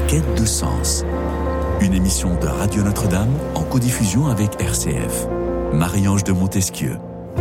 quête de sens. Une émission de Radio Notre-Dame en codiffusion avec RCF. Marie-Ange de Montesquieu.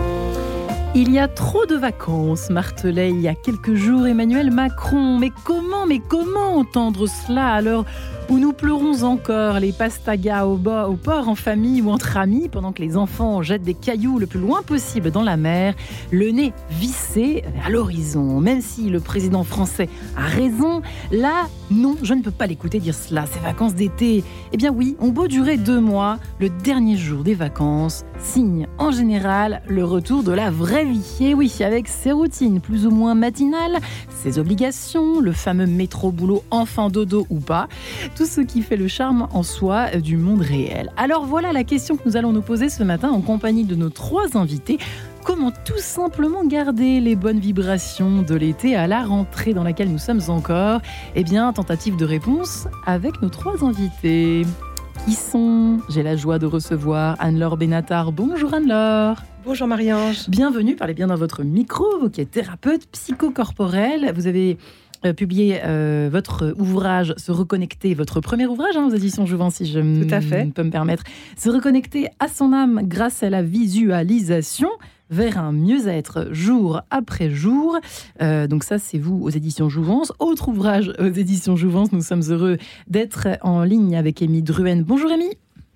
Il y a trop de vacances, martelait il y a quelques jours Emmanuel Macron. Mais comment entendre cela à l'heure où nous pleurons encore les pastagas au port en famille ou entre amis pendant que les enfants jettent des cailloux le plus loin possible dans la mer, le nez vissé à l'horizon. Même si le président français a raison, là, non, je ne peux pas l'écouter dire cela. Ces vacances d'été, eh bien oui, ont beau durer 2 mois, le dernier jour des vacances signe en général le retour de la vraie vie. Et oui, avec ses routines plus ou moins matinales, ses obligations, le fameux métro-boulot enfant dodo ou pas, tout ce qui fait le charme en soi du monde réel. Alors voilà la question que nous allons nous poser ce matin en compagnie de nos 3 invités. Comment tout simplement garder les bonnes vibrations de l'été à la rentrée dans laquelle nous sommes encore ? Eh bien, tentative de réponse avec nos 3 invités. Qui sont ? J'ai la joie de recevoir Anne-Laure Benatar. Bonjour Anne-Laure. Bonjour Marie-Ange. Bienvenue, parlez bien dans votre micro, vous qui êtes thérapeute psychocorporelle. Vous avez publié votre ouvrage Se reconnecter, votre premier ouvrage aux éditions Jouvence, si je peux me permettre. Se reconnecter à son âme grâce à la visualisation vers un mieux-être jour après jour. Donc ça, c'est vous aux éditions Jouvence. Autre ouvrage aux éditions Jouvence, nous sommes heureux d'être en ligne avec Émy Druhen. Bonjour Émy.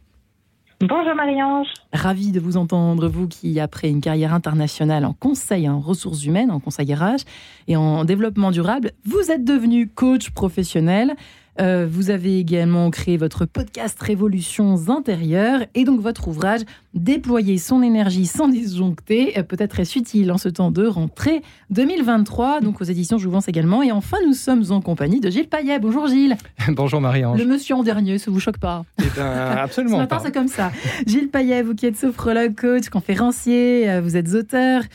Bonjour Marie-Ange. Ravie de vous entendre, vous qui, après une carrière internationale en conseil en ressources humaines, en conseil RH et en développement durable, vous êtes devenue coach professionnel. Vous avez également créé votre podcast Révolutions intérieures et donc votre ouvrage Déployer son énergie sans disjoncter peut-être est utile en ce temps de rentrée 2023, donc aux éditions Jouvence également. Et enfin, nous sommes en compagnie de Gilles Payet. Bonjour Gilles. Bonjour Marie-Ange. Le monsieur en dernier, ça vous choque pas ? Eh bien, absolument ce matin, pas. c'est comme ça. Gilles Payet, vous qui êtes sophrologue, coach, conférencier, vous êtes auteur,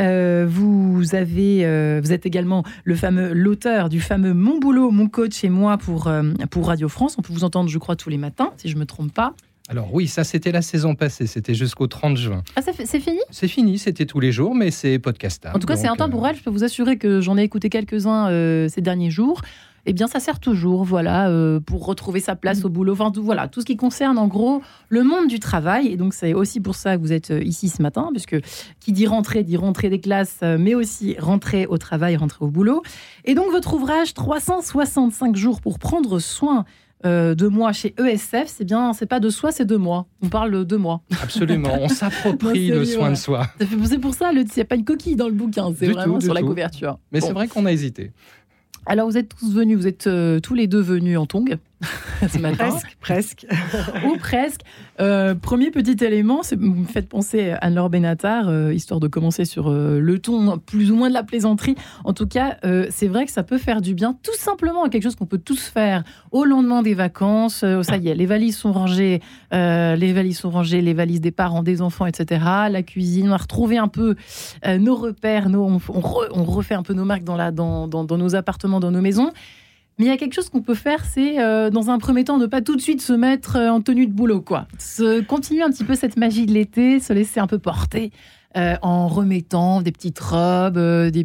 vous êtes également l'auteur du fameux Mon boulot, mon coach et moi pour Radio France. On peut vous entendre, je crois, tous les matins, si je me trompe pas. Alors oui, ça c'était la saison passée, c'était jusqu'au 30 juin. Ah, c'est fini ? C'est fini, c'était tous les jours, mais c'est podcastable. En tout cas, c'est intemporel, je peux vous assurer que j'en ai écouté quelques-uns ces derniers jours. Eh bien, ça sert toujours, pour retrouver sa place au boulot. Enfin, tout ce qui concerne, en gros, le monde du travail. Et donc, c'est aussi pour ça que vous êtes ici ce matin, puisque qui dit rentrée des classes, mais aussi rentrer au travail, rentrer au boulot. Et donc, votre ouvrage, 365 jours pour prendre soin de moi chez ESF, c'est pas de soi, c'est de moi. On parle de moi. Absolument, on s'approprie le soin de soi. C'est pour ça, il n'y a pas une coquille dans le bouquin, c'est vraiment sur la couverture. Mais c'est vrai qu'on a hésité. Alors, vous êtes tous les deux venus en tongs ce matin. Presque. Ou presque. Premier petit élément, vous me faites penser à Anne-Laure Benatar, histoire de commencer sur le ton plus ou moins de la plaisanterie. En tout cas, c'est vrai que ça peut faire du bien, tout simplement, à quelque chose qu'on peut tous faire au lendemain des vacances. Ça y est, les valises sont rangées, les valises des parents, des enfants, etc. La cuisine, on a retrouvé un peu nos repères, on refait un peu nos marques dans nos appartements, dans nos maisons. Mais il y a quelque chose qu'on peut faire, c'est dans un premier temps ne pas tout de suite se mettre en tenue de boulot, continuer un petit peu cette magie de l'été, se laisser un peu porter en remettant des petites robes,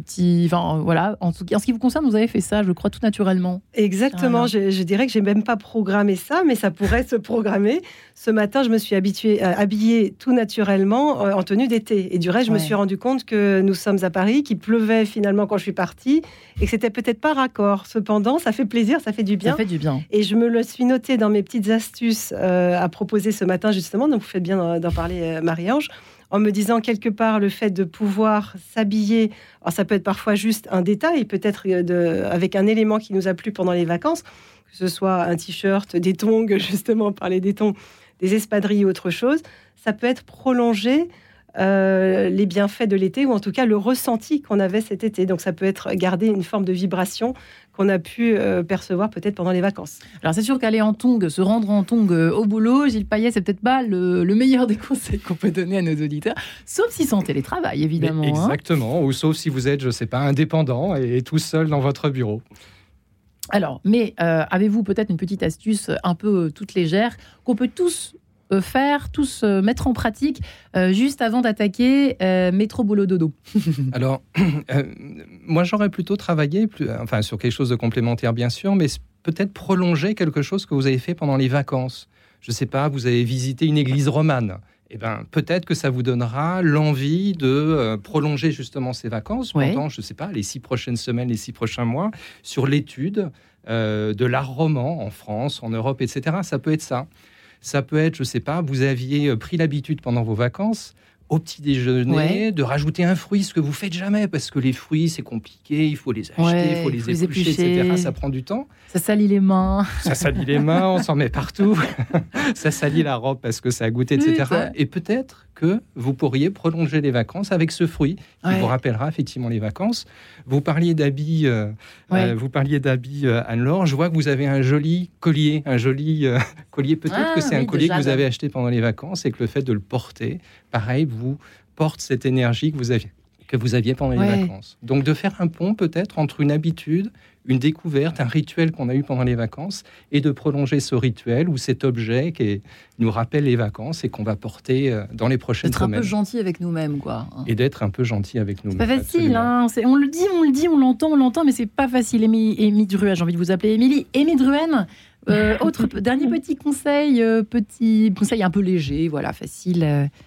En ce qui vous concerne, vous avez fait ça, je crois, tout naturellement. Exactement. Voilà. Je dirais que j'ai même pas programmé ça, mais ça pourrait se programmer. Ce matin, je me suis habillée tout naturellement en tenue d'été. Et du reste, je me suis rendu compte que nous sommes à Paris, qu'il pleuvait finalement quand je suis partie, et que c'était peut-être pas raccord. Cependant, ça fait plaisir, ça fait du bien. Ça fait du bien. Et je me le suis noté dans mes petites astuces à proposer ce matin, justement. Donc, vous faites bien d'en parler, Marie-Ange. En me disant quelque part le fait de pouvoir s'habiller, alors ça peut être parfois juste un détail, peut-être avec un élément qui nous a plu pendant les vacances, que ce soit un t-shirt, des tongs, justement, parler des tongs, des espadrilles ou autre chose, ça peut être prolonger les bienfaits de l'été, ou en tout cas le ressenti qu'on avait cet été. Donc ça peut être garder une forme de vibration qu'on a pu percevoir peut-être pendant les vacances. Alors c'est sûr qu'aller en tongs, se rendre en tongs au boulot, Gilles Payet, c'est peut-être pas le meilleur des conseils qu'on peut donner à nos auditeurs, sauf si c'est en télétravail, évidemment. Mais exactement, ou sauf si vous êtes, je sais pas, indépendant et tout seul dans votre bureau. Alors, mais avez-vous peut-être une petite astuce un peu toute légère qu'on peut tous mettre en pratique juste avant d'attaquer métro boulot dodo? Alors, moi j'aurais plutôt travaillé sur quelque chose de complémentaire bien sûr, mais peut-être prolonger quelque chose que vous avez fait pendant les vacances. Je ne sais pas, vous avez visité une église romane. Eh ben, peut-être que ça vous donnera l'envie de prolonger justement ces vacances pendant, je ne sais pas, les 6 prochaines semaines, les 6 prochains mois, sur l'étude de l'art roman en France, en Europe, etc. Ça peut être ça. Ça peut être, je ne sais pas, vous aviez pris l'habitude pendant vos vacances, au petit déjeuner, de rajouter un fruit, ce que vous faites jamais, parce que les fruits, c'est compliqué, il faut les acheter, il faut les éplucher, etc. Ça prend du temps. Ça salit les mains. Ça salit les mains, on s'en met partout. Ça salit la robe parce que ça a goûté, etc. Oui, et peut-être que vous pourriez prolonger les vacances avec ce fruit qui vous rappellera effectivement les vacances. Vous parliez d'habits, Anne-Laure. Je vois que vous avez un joli collier, Peut-être que c'est un collier que vous avez acheté pendant les vacances et que le fait de le porter, pareil, vous porte cette énergie que vous aviez pendant les vacances. Donc de faire un pont peut-être entre une habitude, une découverte, un rituel qu'on a eu pendant les vacances, et de prolonger ce rituel ou cet objet qui nous rappelle les vacances et qu'on va porter dans les prochaines semaines. D'être un peu gentil avec nous-mêmes, quoi. Et d'être un peu gentil avec nous-mêmes. C'est pas facile, hein. On le dit, on l'entend, mais c'est pas facile. Émilie Druhen, j'ai envie de vous appeler Émilie. Émilie Druhen, dernier petit conseil un peu léger, voilà, facile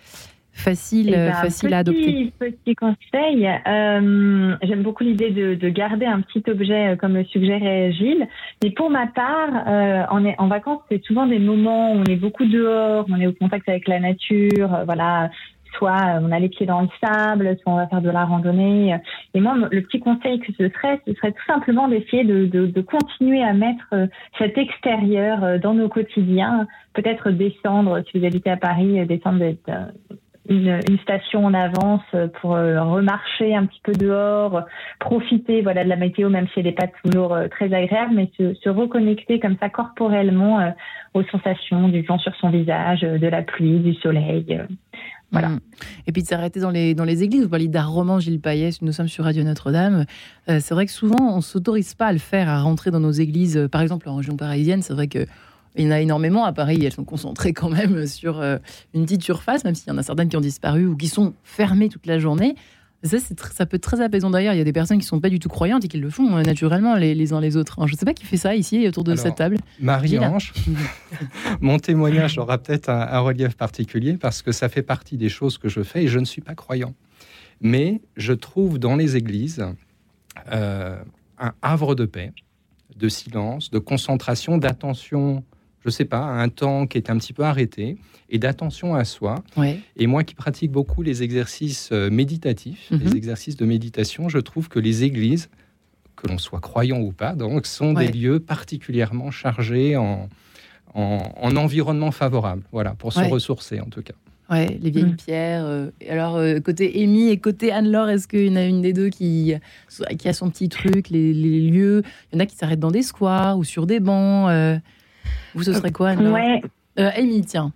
à adopter. Petit conseil, j'aime beaucoup l'idée de garder un petit objet comme le suggérait Gilles. Mais pour ma part, en vacances, c'est souvent des moments où on est beaucoup dehors, on est au contact avec la nature, voilà. Soit on a les pieds dans le sable, soit on va faire de la randonnée. Et moi, le petit conseil que ce serait tout simplement d'essayer de continuer à mettre cet extérieur dans nos quotidiens. Peut-être descendre, si vous habitez à Paris, descendre une station en avance pour remarcher un petit peu dehors, profiter de la météo, même si elle n'est pas toujours très agréable, mais se reconnecter comme ça corporellement aux sensations du vent sur son visage, de la pluie, du soleil. Voilà. Et puis de s'arrêter dans les églises. Vous parliez d'art roman, Gilles Payès, nous sommes sur Radio Notre-Dame. C'est vrai que souvent, on ne s'autorise pas à le faire, à rentrer dans nos églises. Par exemple, en région parisienne, c'est vrai qu'il y en a énormément. À Paris, elles sont concentrées quand même sur une petite surface, même s'il y en a certaines qui ont disparu ou qui sont fermées toute la journée. Ça peut être très apaisant d'ailleurs. Il y a des personnes qui ne sont pas du tout croyantes et qui le font naturellement les uns les autres. Alors, je ne sais pas qui fait ça ici autour de cette table. Marie-Ange, mon témoignage aura peut-être un relief particulier parce que ça fait partie des choses que je fais et je ne suis pas croyant. Mais je trouve dans les églises un havre de paix, de silence, de concentration, d'attention, je ne sais pas, un temps qui est un petit peu arrêté et d'attention à soi. Ouais. Et moi qui pratique beaucoup les exercices méditatifs, les exercices de méditation, je trouve que les églises, que l'on soit croyant ou pas, donc, sont des lieux particulièrement chargés en environnement favorable, voilà, pour se ressourcer en tout cas. Ouais, les vieilles pierres. Alors, côté Amy et côté Anne-Laure, est-ce qu'il y en a une des deux qui a son petit truc, les lieux? Il y en a qui s'arrêtent dans des squares ou sur des bancs. Vous, ce serait quoi, Anne-Laure? Amy, tiens.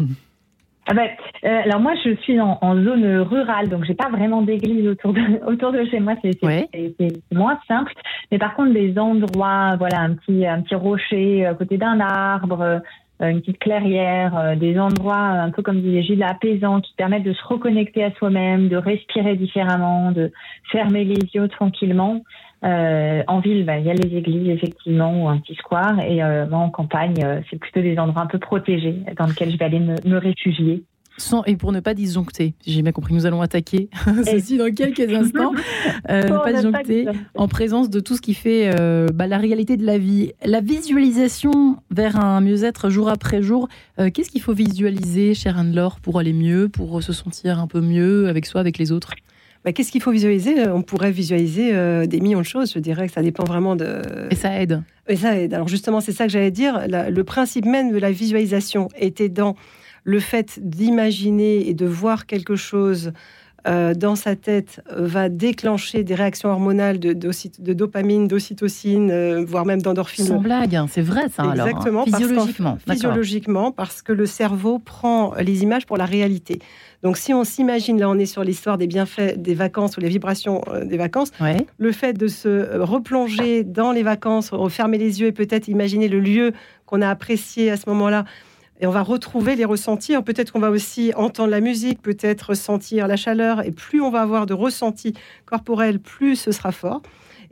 Alors moi, je suis en zone rurale, donc j'ai pas vraiment d'église autour de chez moi. C'est moins simple. Mais par contre, des endroits, voilà, un petit rocher à côté d'un arbre, une petite clairière, des endroits un peu comme disait Gilles, apaisants, qui permettent de se reconnecter à soi-même, de respirer différemment, de fermer les yeux tranquillement. En ville, il y a les églises effectivement ou un petit square, et moi en campagne, c'est plutôt des endroits un peu protégés dans lesquels je vais aller me réfugier. Et pour ne pas disjoncter, si j'ai bien compris, nous allons attaquer ceci dans quelques instants. Ne pas disjoncter en présence de tout ce qui fait la réalité de la vie. La visualisation vers un mieux-être jour après jour. Qu'est-ce qu'il faut visualiser, chère Anne-Laure, pour aller mieux, pour se sentir un peu mieux avec soi, avec les autres? Qu'est-ce qu'il faut visualiser? On pourrait visualiser des millions de choses. Je dirais que ça dépend vraiment de... Et ça aide. Alors justement, c'est ça que j'allais dire. Le principe même de la visualisation était dans le fait d'imaginer et de voir quelque chose dans sa tête va déclencher des réactions hormonales de dopamine, d'ocytocine, voire même d'endorphine. Sans blague, c'est vrai ça. Exactement, alors, physiologiquement, parce que le cerveau prend les images pour la réalité. Donc si on s'imagine, là on est sur l'histoire des bienfaits des vacances ou les vibrations des vacances, le fait de se replonger dans les vacances, refermer les yeux et peut-être imaginer le lieu qu'on a apprécié à ce moment-là, et on va retrouver les ressentis. Peut-être qu'on va aussi entendre la musique, peut-être ressentir la chaleur. Et plus on va avoir de ressentis corporels, plus ce sera fort.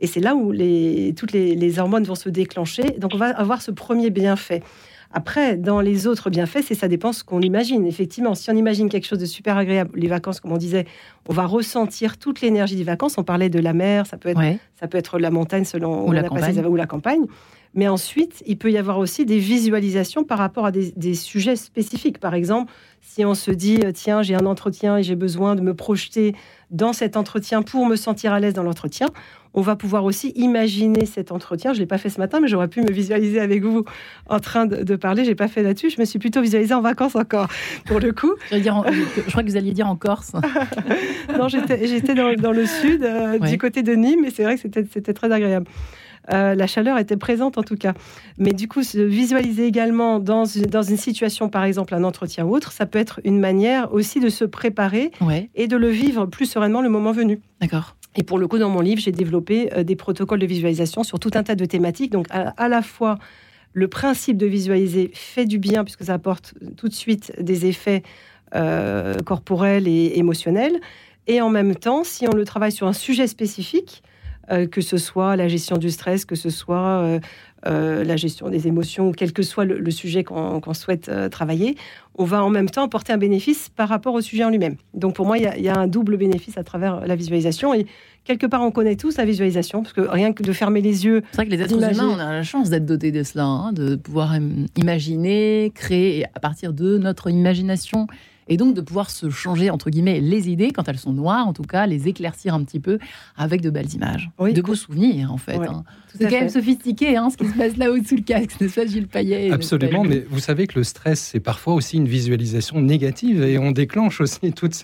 Et c'est là où toutes les hormones vont se déclencher. Donc, on va avoir ce premier bienfait. Après, dans les autres bienfaits, ça dépend ce qu'on imagine. Effectivement, si on imagine quelque chose de super agréable, les vacances, comme on disait, on va ressentir toute l'énergie des vacances. On parlait de la mer, ça peut être la montagne selon ou la campagne. Mais ensuite, il peut y avoir aussi des visualisations par rapport à des sujets spécifiques. Par exemple, si on se dit, tiens, j'ai un entretien et j'ai besoin de me projeter dans cet entretien pour me sentir à l'aise dans l'entretien, on va pouvoir aussi imaginer cet entretien. Je ne l'ai pas fait ce matin, mais j'aurais pu me visualiser avec vous en train de parler. Je n'ai pas fait là-dessus. Je me suis plutôt visualisée en vacances encore, pour le coup. Je crois que vous alliez dire en Corse. Non, j'étais dans le sud, du côté de Nîmes, et c'est vrai que c'était très agréable. La chaleur était présente en tout cas. Mais du coup, se visualiser également dans une situation, par exemple un entretien ou autre, ça peut être une manière aussi de se préparer et de le vivre plus sereinement le moment venu. D'accord. Et pour le coup, dans mon livre, j'ai développé des protocoles de visualisation sur tout un tas de thématiques. Donc, à la fois, le principe de visualiser fait du bien, puisque ça apporte tout de suite des effets corporels et émotionnels. Et en même temps, si on le travaille sur un sujet spécifique, que ce soit la gestion du stress, que ce soit la gestion des émotions, quel que soit le sujet qu'on souhaite travailler, on va en même temps apporter un bénéfice par rapport au sujet en lui-même. Donc pour moi, il y a un double bénéfice à travers la visualisation. Et quelque part, on connaît tous la visualisation, parce que rien que de fermer les yeux... C'est vrai que les êtres humains, on a la chance d'être dotés de cela, de pouvoir imaginer, créer à partir de notre imagination. Et donc de pouvoir se changer, entre guillemets, les idées, quand elles sont noires, en tout cas, les éclaircir un petit peu avec de belles images. De beaux souvenirs, en fait. Ouais, c'est quand même sophistiqué, ce qui se passe là-haut sous le casque, n'est-ce pas, Gilles Payet? Absolument, mais vous savez que le stress, c'est parfois aussi une visualisation négative, et on déclenche aussi toute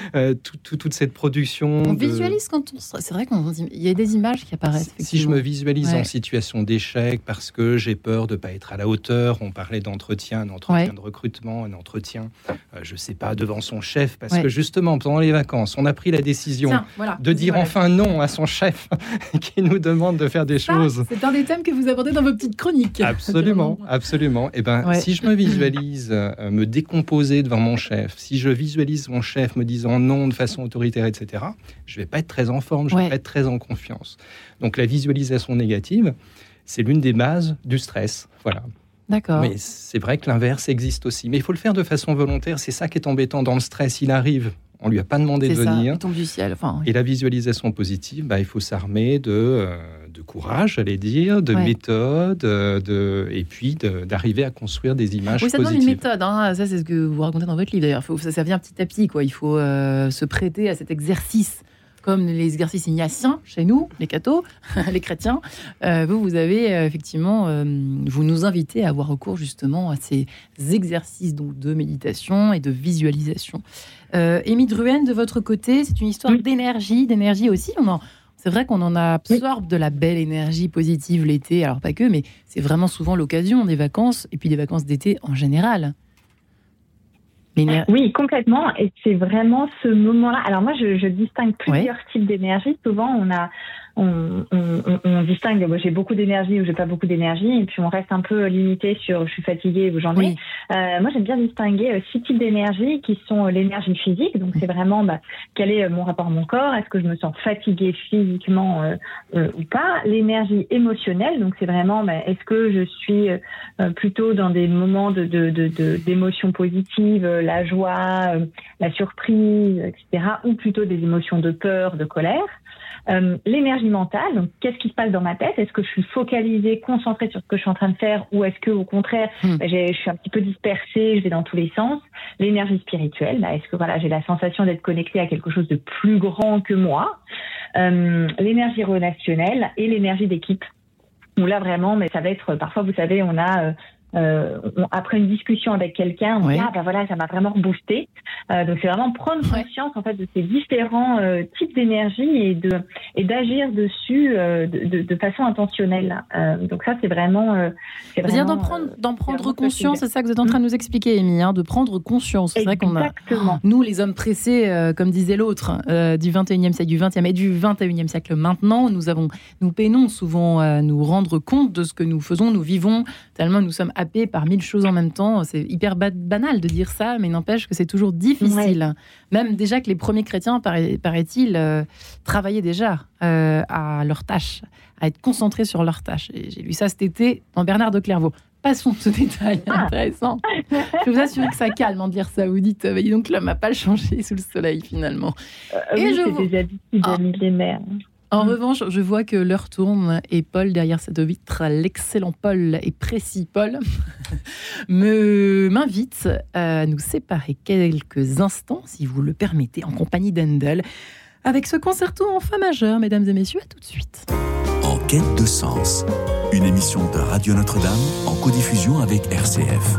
cette production. On visualise quand on stresse. C'est vrai qu'il y a des images qui apparaissent. Si je me visualise en situation d'échec, parce que j'ai peur de ne pas être à la hauteur, on parlait d'entretien, de recrutement, un entretien, je sais pas, devant son chef, parce que justement, pendant les vacances, on a pris la décision de dire enfin non à son chef qui nous demande de faire des choses. C'est un des thèmes que vous abordez dans vos petites chroniques. Absolument. Et si je me visualise me décomposer devant mon chef, si je visualise mon chef me disant non de façon autoritaire, etc., je vais pas être très en forme, je vais pas être très en confiance. Donc la visualisation négative, c'est l'une des bases du stress. Voilà. D'accord. Mais c'est vrai que l'inverse existe aussi. Mais il faut le faire de façon volontaire. C'est ça qui est embêtant dans le stress. Il arrive, on ne lui a pas demandé de venir. Il tombe du ciel. Et la visualisation positive, il faut s'armer de courage, j'allais dire, de méthode, et puis d'arriver à construire des images positives. Oui, ça donne une méthode. Ça, c'est ce que vous racontez dans votre livre, d'ailleurs. Ça vient petit à petit, quoi. Il faut se prêter à cet exercice. Comme les exercices ignatiens chez nous, les cathos, les chrétiens, vous avez effectivement, vous nous invitez à avoir recours justement à ces exercices donc, de méditation et de visualisation. Émy Druhen, de votre côté, c'est une histoire d'énergie aussi. C'est vrai qu'on en absorbe de la belle énergie positive l'été, alors pas que, mais c'est vraiment souvent l'occasion des vacances, et puis des vacances d'été en général. Oui, complètement. Et c'est vraiment ce moment-là. Alors moi, je distingue plusieurs types d'énergie. Souvent, on distingue, moi j'ai beaucoup d'énergie ou j'ai pas beaucoup d'énergie, et puis on reste un peu limité sur je suis fatiguée ou j'en ai. Moi j'aime bien distinguer 6 types d'énergie qui sont l'énergie physique, donc c'est vraiment quel est mon rapport à mon corps, est-ce que je me sens fatiguée physiquement ou pas. L'énergie émotionnelle, donc c'est vraiment est-ce que je suis plutôt dans des moments d'émotions positives, la joie, la surprise, etc., ou plutôt des émotions de peur, de colère. L'énergie mentale, donc qu'est-ce qui se passe dans ma tête? Est-ce que je suis focalisée, concentrée sur ce que je suis en train de faire, ou est-ce que au contraire je suis un petit peu dispersée, je vais dans tous les sens? L'énergie spirituelle, est-ce que j'ai la sensation d'être connectée à quelque chose de plus grand que moi? L'énergie relationnelle et l'énergie d'équipe, où là vraiment, ça va être parfois, vous savez, on a après une discussion avec quelqu'un, on dit ça m'a vraiment boosté. Donc c'est vraiment prendre conscience en fait de ces différents types d'énergie et d'agir dessus de façon intentionnelle. Donc ça c'est vraiment c'est-à-dire d'en prendre conscience. C'est ça que vous êtes en train de nous expliquer, Émy, de prendre conscience. C'est vrai qu'on a nous les hommes pressés, comme disait l'autre, du 21e siècle, du 20e et du 21e siècle maintenant, nous peinons souvent à nous rendre compte de ce que nous faisons, nous vivons tellement nous sommes happé par 1000 choses en même temps. C'est hyper banal de dire ça, mais n'empêche que c'est toujours difficile. Ouais. Même déjà que les premiers chrétiens, paraît-il, travaillaient déjà à leur tâche, à être concentrés sur leur tâche. Et j'ai lu ça cet été dans Bernard de Clairvaux. Passons ce détail intéressant. Je vous assure que ça calme de dire ça. Vous dites, donc l'homme n'a pas changé sous le soleil finalement. Oui, c'est des habitudes millénaires. En revanche, je vois que l'heure tourne et Paul, derrière cette vitre, l'excellent Paul et précis Paul, m'invite à nous séparer quelques instants, si vous le permettez, en compagnie d'Handel, avec ce concerto en fa majeur. Mesdames et messieurs, à tout de suite. En quête de sens, une émission de Radio Notre-Dame en codiffusion avec RCF.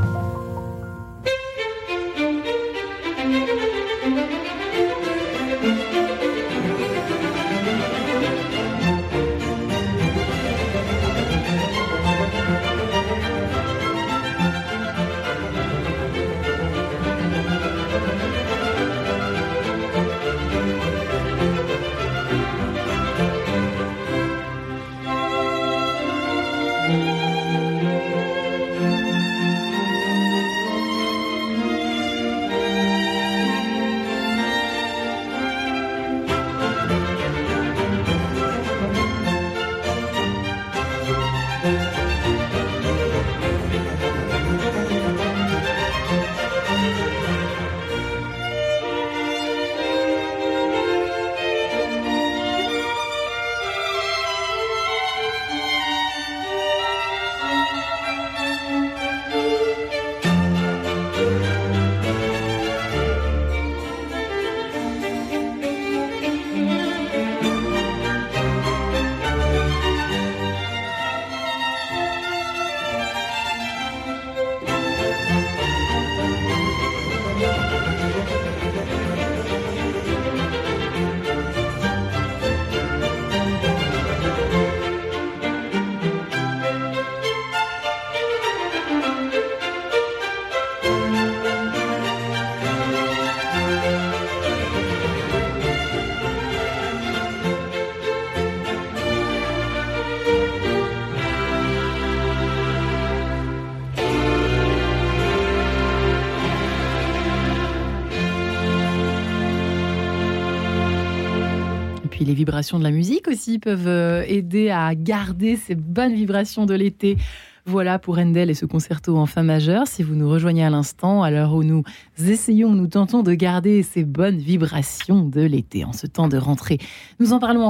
Les vibrations de la musique aussi peuvent aider à garder ces bonnes vibrations de l'été. Voilà pour Handel et ce concerto en fa majeur. Si vous nous rejoignez à l'instant, à l'heure où nous tentons de garder ces bonnes vibrations de l'été en ce temps de rentrée. Nous en parlons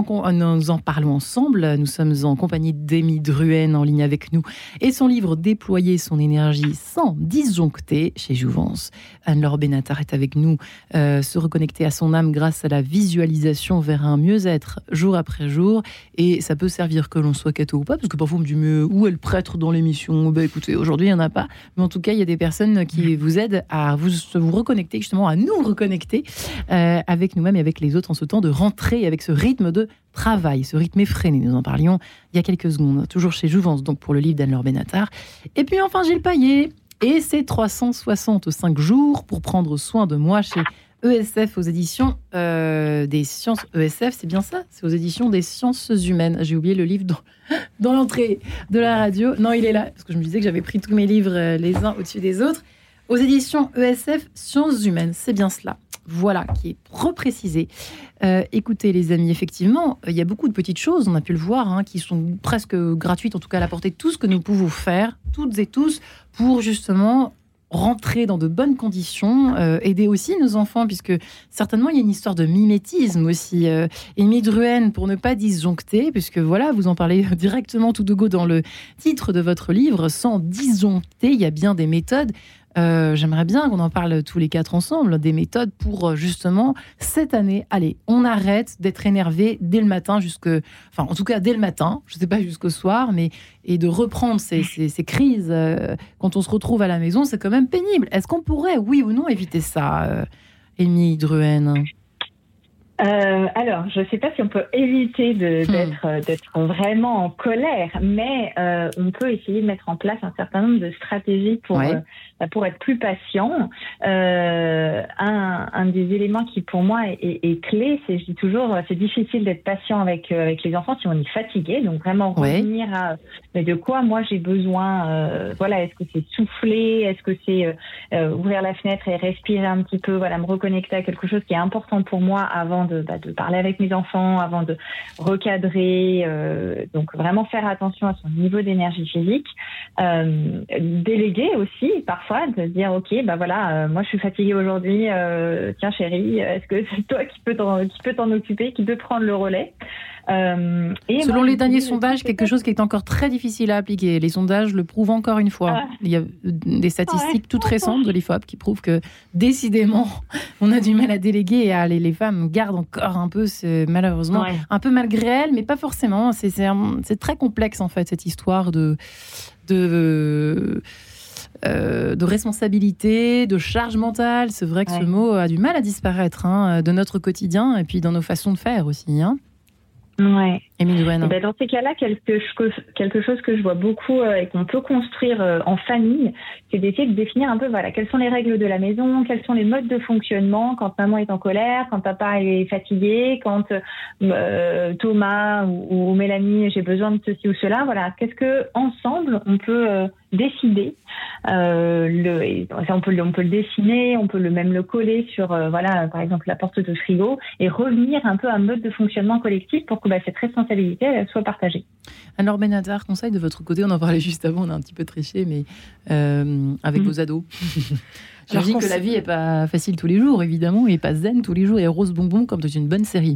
ensemble. Nous sommes en compagnie d'Amy Druhen en ligne avec nous et son livre Déployer son énergie sans disjoncter chez Jouvence. Anne-Laure Benatar est avec nous, se reconnecter à son âme grâce à la visualisation vers un mieux-être jour après jour. Et ça peut servir que l'on soit catho ou pas, parce que parfois on me dit mais où est le prêtre dans l'émission? Écoutez, aujourd'hui il n'y en a pas, mais en tout cas il y a des personnes qui vous aident à vous reconnecter, justement à nous reconnecter avec nous-mêmes et avec les autres en ce temps de rentrée, avec ce rythme de travail, ce rythme effréné. Nous en parlions il y a quelques secondes, toujours chez Jouvence, donc pour le livre d'Anne-Laure Benatar. Et puis enfin Gilles Payet et ses 365 jours pour prendre soin de moi chez ESF aux éditions des sciences. ESF, c'est bien ça? C'est aux éditions des sciences humaines. J'ai oublié le livre dans l'entrée de la radio. Non, il est là, parce que je me disais que j'avais pris tous mes livres les uns au-dessus des autres. Aux éditions ESF Sciences humaines, c'est bien cela. Voilà, qui est reprécisé. Écoutez les amis, effectivement, il y a beaucoup de petites choses, on a pu le voir, qui sont presque gratuites, en tout cas à la portée de tout ce que nous pouvons faire, toutes et tous, pour justement rentrer dans de bonnes conditions, aider aussi nos enfants, puisque certainement il y a une histoire de mimétisme aussi. Amy Druhen, pour ne pas disjoncter, puisque voilà, vous en parlez directement tout de go dans le titre de votre livre, sans disjoncter, il y a bien des méthodes. J'aimerais bien qu'on en parle tous les quatre ensemble, des méthodes pour justement cette année, allez, on arrête d'être énervé dès le matin en tout cas dès le matin, je ne sais pas jusqu'au soir, mais et de reprendre ces crises quand on se retrouve à la maison, c'est quand même pénible. Est-ce qu'on pourrait, oui ou non, éviter ça, Amy Druhen? Alors, je ne sais pas si on peut éviter d'être vraiment en colère, mais on peut essayer de mettre en place un certain nombre de stratégies pour être plus patient. Un des éléments qui, pour moi, est clé, je dis toujours, c'est difficile d'être patient avec les enfants si on est fatigué. Donc, vraiment revenir à mais de quoi moi j'ai besoin. Est-ce que c'est souffler? Est-ce que c'est ouvrir la fenêtre et respirer un petit peu? Me reconnecter à quelque chose qui est important pour moi avant de parler avec mes enfants, avant de recadrer. Donc, vraiment faire attention à son niveau d'énergie physique. Déléguer aussi, parfois, de se dire, OK, moi, je suis fatiguée aujourd'hui. Tiens, chérie, est-ce que c'est toi qui peux t'en occuper, qui peut prendre le relais? Selon les derniers sondages, quelque chose qui est encore très difficile à appliquer. Les sondages le prouvent encore une fois. Il y a des statistiques toutes récentes de l'IFOP qui prouvent que, décidément, on a du mal à déléguer et les femmes gardent encore un peu, malheureusement, un peu malgré elles, mais pas forcément. C'est très complexe, en fait, cette histoire de responsabilité, de charge mentale. C'est vrai que ce mot a du mal à disparaître de notre quotidien et puis dans nos façons de faire aussi. Ouais. Émilie, dans ces cas-là, quelque chose que je vois beaucoup et qu'on peut construire en famille, c'est d'essayer de définir un peu quelles sont les règles de la maison, quels sont les modes de fonctionnement quand maman est en colère, quand papa est fatigué, quand Thomas ou Mélanie, j'ai besoin de ceci ou cela. Qu'est-ce que ensemble on peut décider. On peut le dessiner, on peut même le coller sur par exemple la porte de frigo et revenir un peu à un mode de fonctionnement collectif pour que cette responsabilité elle soit partagée. Alors Benatar, conseil de votre côté, on en parlait juste avant, on a un petit peu triché, mais avec vos ados. J'imagine que la vie n'est pas facile tous les jours, évidemment, et pas zen tous les jours, et rose bonbon comme dans une bonne série.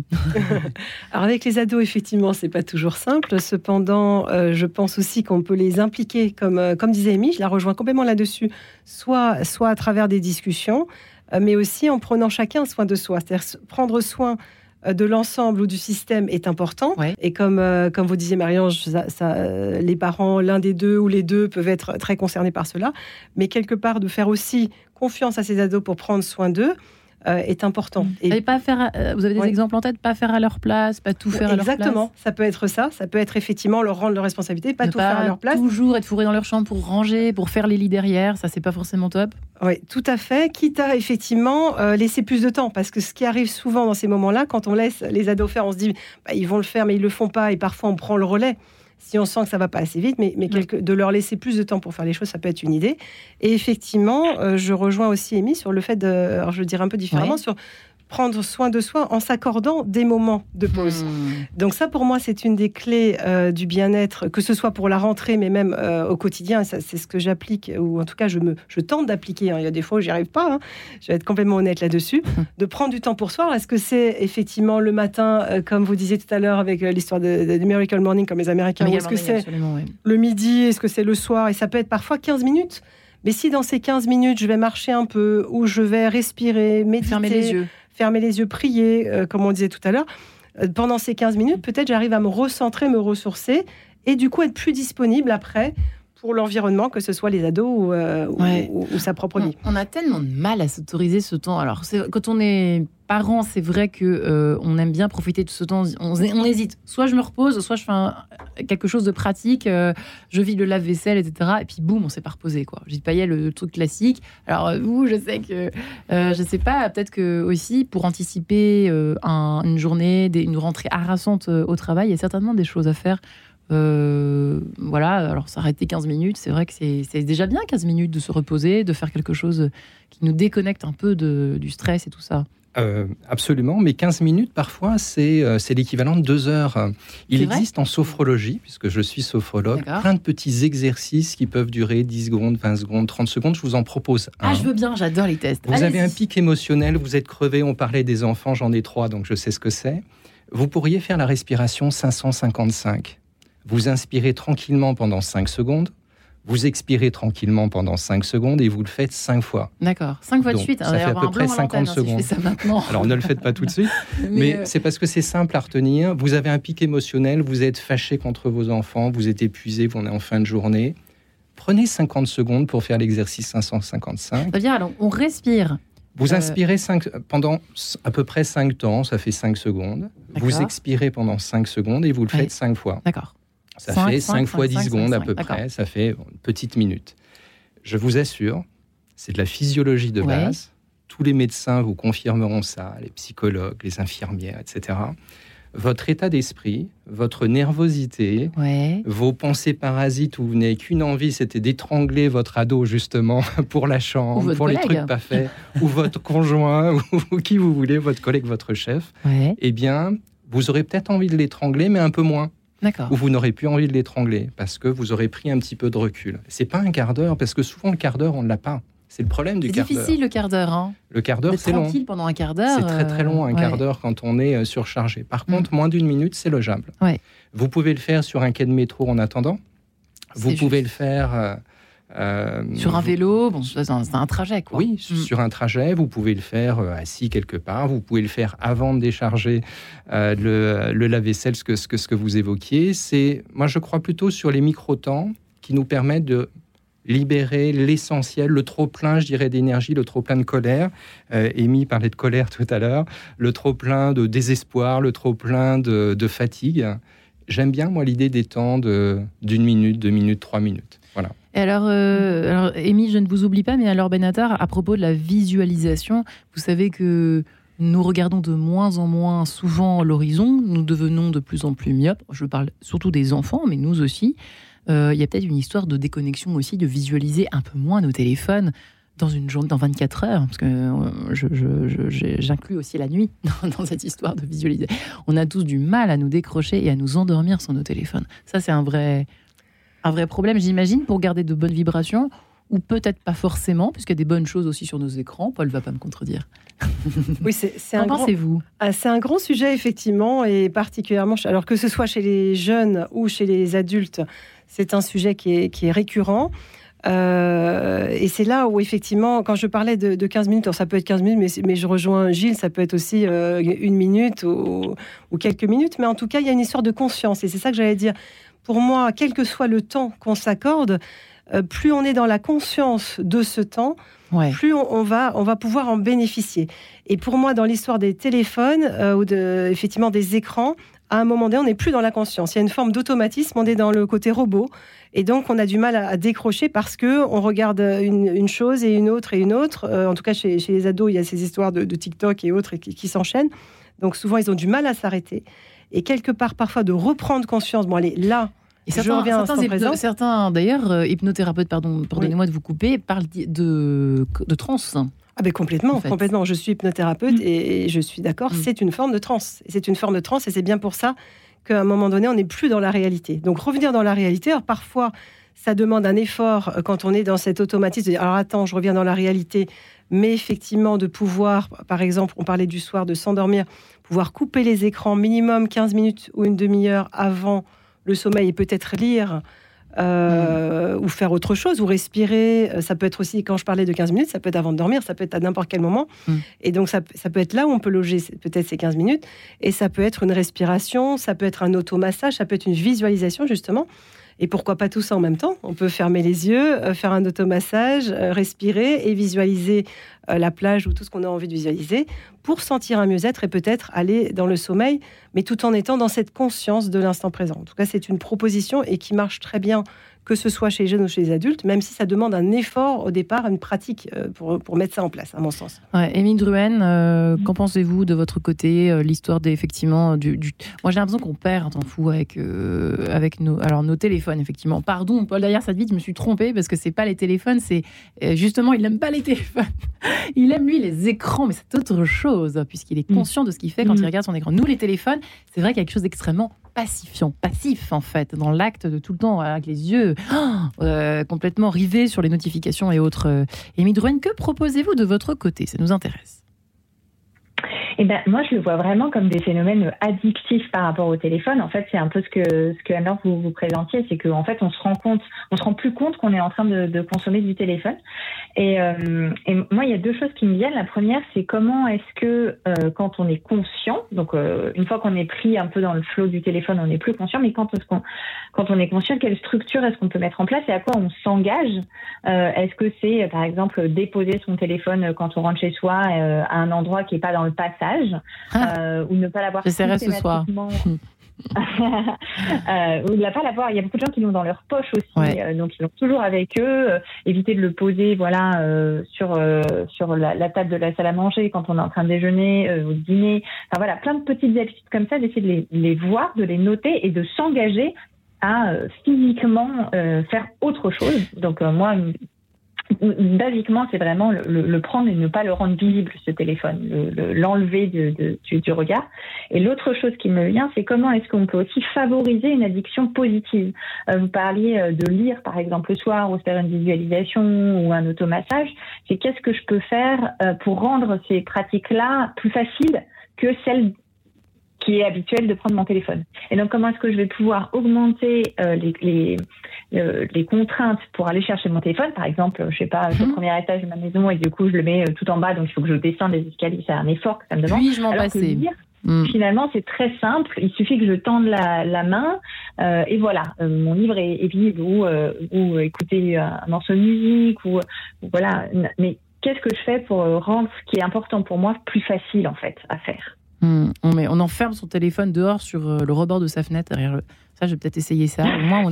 Alors avec les ados, effectivement, c'est pas toujours simple. Cependant, je pense aussi qu'on peut les impliquer, comme disait Amy, je la rejoins complètement là-dessus, soit à travers des discussions, mais aussi en prenant chacun soin de soi. C'est-à-dire prendre soin de l'ensemble ou du système est important. Ouais. Et comme vous disiez, Marie-Ange, les parents, l'un des deux ou les deux peuvent être très concernés par cela. Mais quelque part, de faire aussi confiance à ces ados pour prendre soin d'eux est important. Et pas faire, vous avez des exemples en tête, pas faire à leur place, pas tout faire à leur place. Exactement, ça peut être ça. Ça peut être effectivement leur rendre leur responsabilité, pas tout faire à leur place. Toujours être fourré dans leur chambre pour ranger, pour faire les lits derrière, ça c'est pas forcément top. Oui, tout à fait. Quitte à effectivement laisser plus de temps, parce que ce qui arrive souvent dans ces moments-là, quand on laisse les ados faire, on se dit ils vont le faire, mais ils le font pas, et parfois on prend le relais. Si on sent que ça va pas assez vite, mais de leur laisser plus de temps pour faire les choses, ça peut être une idée. Et effectivement, je rejoins aussi Amy sur le fait alors je le dirais un peu différemment, sur prendre soin de soi en s'accordant des moments de pause. Donc ça, pour moi, c'est une des clés du bien-être, que ce soit pour la rentrée, mais même au quotidien. Ça, c'est ce que j'applique, ou en tout cas, je tente d'appliquer. Il y a des fois où j'y arrive pas. Je vais être complètement honnête là-dessus. De prendre du temps pour soi. Est-ce que c'est effectivement le matin, comme vous disiez tout à l'heure, avec l'histoire de Miracle Morning, comme les Américains, ou est-ce que c'est le midi, est-ce que c'est le soir? Et ça peut être parfois 15 minutes. Mais si dans ces 15 minutes, je vais marcher un peu, ou je vais respirer, méditer, fermer les yeux, prier, comme on disait tout à l'heure, pendant ces 15 minutes, peut-être j'arrive à me recentrer, me ressourcer, et du coup être plus disponible après pour l'environnement, que ce soit les ados ou sa propre vie. On a tellement de mal à s'autoriser ce temps. Alors, quand on est parent, c'est vrai que on aime bien profiter de ce temps. On hésite. Soit je me repose, soit je fais quelque chose de pratique. Je vide le lave-vaisselle, etc. Et puis boum, on s'est pas reposé, quoi. Gilles Payet, le truc classique. Alors vous, je sais que, je sais pas, peut-être que aussi pour anticiper une journée, une rentrée harassante au travail, il y a certainement des choses à faire. Alors s'arrêter 15 minutes, c'est vrai que c'est déjà bien 15 minutes de se reposer, de faire quelque chose qui nous déconnecte un peu du stress et tout ça. Absolument, mais 15 minutes parfois c'est l'équivalent de 2 heures. Il existe en sophrologie, puisque je suis sophrologue, plein de petits exercices qui peuvent durer 10 secondes, 20 secondes, 30 secondes. Je vous en propose un. Je veux bien, j'adore les tests. Vous avez un pic émotionnel, vous êtes crevé, on parlait des enfants, j'en ai 3 donc je sais ce que c'est. Vous pourriez faire la respiration 555. Vous inspirez tranquillement pendant 5 secondes, vous expirez tranquillement pendant 5 secondes et vous le faites 5 fois. D'accord, 5 fois de suite. Ça fait à peu près 50 secondes. Si je fais ça maintenant. Alors ne le faites pas tout de suite, mais c'est parce que c'est simple à retenir. Vous avez un pic émotionnel, vous êtes fâché contre vos enfants, vous êtes épuisé, on est en fin de journée. Prenez 50 secondes pour faire l'exercice 555. C'est-à-dire, alors, on respire Vous inspirez pendant à peu près 5 temps, ça fait 5 secondes. D'accord. Vous expirez pendant 5 secondes et vous le faites 5 fois. D'accord. Ça fait 5 fois 10 secondes à peu près, ça fait une petite minute. Je vous assure, c'est de la physiologie de base. Tous les médecins vous confirmeront ça, les psychologues, les infirmières, etc. Votre état d'esprit, votre nervosité, vos pensées parasites où vous n'avez qu'une envie, c'était d'étrangler votre ado justement pour la chambre, pour les trucs pas faits, ou votre conjoint, ou qui vous voulez, votre collègue, votre chef, eh bien, vous aurez peut-être envie de l'étrangler, mais un peu moins. D'accord. Ou vous n'aurez plus envie de l'étrangler parce que vous aurez pris un petit peu de recul. C'est pas un quart d'heure, parce que souvent le quart d'heure, on ne l'a pas. C'est le problème du quart d'heure. C'est difficile le quart d'heure. Hein. Le quart d'heure, c'est long. Tranquille pendant un quart d'heure. C'est très très long, un quart d'heure quand on est surchargé. Par contre, moins d'1 minute, c'est logeable. Vous pouvez le faire sur un quai de métro en attendant. Vous pouvez le faire... sur un vélo, c'est un trajet, quoi. Oui, sur un trajet, vous pouvez le faire assis quelque part, vous pouvez le faire avant de décharger le lave-vaisselle, ce que vous évoquiez. Moi, je crois plutôt sur les micro-temps qui nous permettent de libérer l'essentiel, le trop-plein, je dirais, d'énergie, le trop-plein de colère. Amy parlait de colère tout à l'heure, le trop-plein de désespoir, le trop-plein de fatigue. J'aime bien, moi, l'idée des temps d'1 minute, 2 minutes, 3 minutes. Voilà. Et alors, Amy, je ne vous oublie pas, mais alors Benatar, à propos de la visualisation, vous savez que nous regardons de moins en moins souvent l'horizon, nous devenons de plus en plus myopes. Je parle surtout des enfants, mais nous aussi. Il y a peut-être une histoire de déconnexion aussi, de visualiser un peu moins nos téléphones dans une journée, dans 24 heures, parce que j'inclus aussi la nuit dans cette histoire de visualiser. On a tous du mal à nous décrocher et à nous endormir sur nos téléphones. Ça, c'est un vrai problème, j'imagine, pour garder de bonnes vibrations, ou peut-être pas forcément, puisqu'il y a des bonnes choses aussi sur nos écrans. Paul ne va pas me contredire. Oui, c'est Qu'en pensez-vous ? C'est un grand sujet, effectivement, et particulièrement, alors que ce soit chez les jeunes ou chez les adultes, c'est un sujet qui est récurrent. Et c'est là où, effectivement, quand je parlais de 15 minutes, alors ça peut être 15 minutes, mais je rejoins Gilles, ça peut être aussi 1 minute ou quelques minutes, mais en tout cas, il y a une histoire de conscience, et c'est ça que j'allais dire. Pour moi, quel que soit le temps qu'on s'accorde, plus on est dans la conscience de ce temps, plus on va pouvoir en bénéficier. Et pour moi, dans l'histoire des téléphones ou effectivement des écrans, à un moment donné, on n'est plus dans la conscience. Il y a une forme d'automatisme, on est dans le côté robot. Et donc, on a du mal à décrocher parce qu'on regarde une chose et une autre et une autre. En tout cas, chez les ados, il y a ces histoires de TikTok et autres qui s'enchaînent. Donc, souvent, ils ont du mal à s'arrêter. Et quelque part, parfois, de reprendre conscience. Bon, allez, là, et je reviens à l'instant présent. Certains, d'ailleurs, hypnothérapeutes, pardonnez-moi de vous couper, parlent de transe. Ah ben complètement, complètement. Je suis hypnothérapeute et je suis d'accord, c'est une forme de transe. C'est une forme de transe et c'est bien pour ça qu'à un moment donné, on n'est plus dans la réalité. Donc revenir dans la réalité, alors parfois, ça demande un effort quand on est dans cet automatisme de dire, alors attends, je reviens dans la réalité, mais effectivement de pouvoir, par exemple, on parlait du soir, de s'endormir, pouvoir couper les écrans minimum 15 minutes ou une demi-heure avant le sommeil et peut-être lire ou faire autre chose, ou respirer. Ça peut être aussi, quand je parlais de 15 minutes, ça peut être avant de dormir, ça peut être à n'importe quel moment. Et donc, ça peut être là où on peut loger peut-être ces 15 minutes. Et ça peut être une respiration, ça peut être un automassage, ça peut être une visualisation, justement. Et pourquoi pas tout ça en même temps ? On peut fermer les yeux, faire un automassage, respirer et visualiser la plage ou tout ce qu'on a envie de visualiser pour sentir un mieux-être et peut-être aller dans le sommeil, mais tout en étant dans cette conscience de l'instant présent. En tout cas, c'est une proposition et qui marche très bien, que ce soit chez les jeunes ou chez les adultes, même si ça demande un effort au départ, une pratique pour mettre ça en place, à mon sens. Émile Drouhen, qu'en pensez-vous de votre côté, l'histoire effectivement du... Moi, j'ai l'impression qu'on perd un temps fou avec nos téléphones, effectivement. Pardon, Paul, derrière cette vie, je me suis trompée, parce que c'est pas les téléphones, c'est justement, il n'aime pas les téléphones. Il aime, lui, les écrans, mais c'est autre chose, puisqu'il est conscient de ce qu'il fait quand il regarde son écran. Nous, les téléphones, c'est vrai qu'il y a quelque chose d'extrêmement passif en fait, dans l'acte de tout le temps avec les yeux complètement rivés sur les notifications et autres. Émile Drouhen, que proposez-vous de votre côté ? Ça nous intéresse. Moi, je le vois vraiment comme des phénomènes addictifs par rapport au téléphone. En fait, c'est un peu ce que Anne-Laure vous présentiez, c'est qu'en fait, on se rend plus compte qu'on est en train de consommer du téléphone. Et moi, il y a deux choses qui me viennent. La première, c'est comment est-ce que quand on est conscient, donc une fois qu'on est pris un peu dans le flot du téléphone, on n'est plus conscient, mais quand on est conscient, quelle structure est-ce qu'on peut mettre en place et à quoi on s'engage? Est-ce que c'est, par exemple, déposer son téléphone quand on rentre chez soi à un endroit qui n'est pas dans le passage ou ne pas l'avoir systématiquement... ou de pas l'avoir. Il y a beaucoup de gens qui l'ont dans leur poche aussi, donc ils l'ont toujours avec eux. Éviter de le poser, sur la table de la salle à manger quand on est en train de déjeuner ou de dîner. Enfin voilà, plein de petites habitudes comme ça, d'essayer de les voir, de les noter et de s'engager à physiquement faire autre chose. Donc moi. Basiquement, c'est vraiment le prendre et ne pas le rendre visible, ce téléphone, l'enlever du regard. Et l'autre chose qui me vient, c'est comment est-ce qu'on peut aussi favoriser une addiction positive. Vous parliez de lire, par exemple, le soir, ou faire une visualisation ou un automassage. C'est qu'est-ce que je peux faire pour rendre ces pratiques-là plus faciles que celles qui est habituel de prendre mon téléphone. Et donc, comment est-ce que je vais pouvoir augmenter les contraintes pour aller chercher mon téléphone? Par exemple, je sais pas, je suis au premier étage de ma maison et du coup, je le mets tout en bas, donc il faut que je descende les escaliers. C'est un effort que ça me demande. Puis-je m'en passer? Finalement, c'est très simple. Il suffit que je tende la main et voilà, mon livre est vide ou écouter un morceau de musique ou voilà. Mais qu'est-ce que je fais pour rendre ce qui est important pour moi plus facile, en fait, à faire? On enferme son téléphone dehors sur le rebord de sa fenêtre. Ça, je vais peut-être essayer ça. Au moins,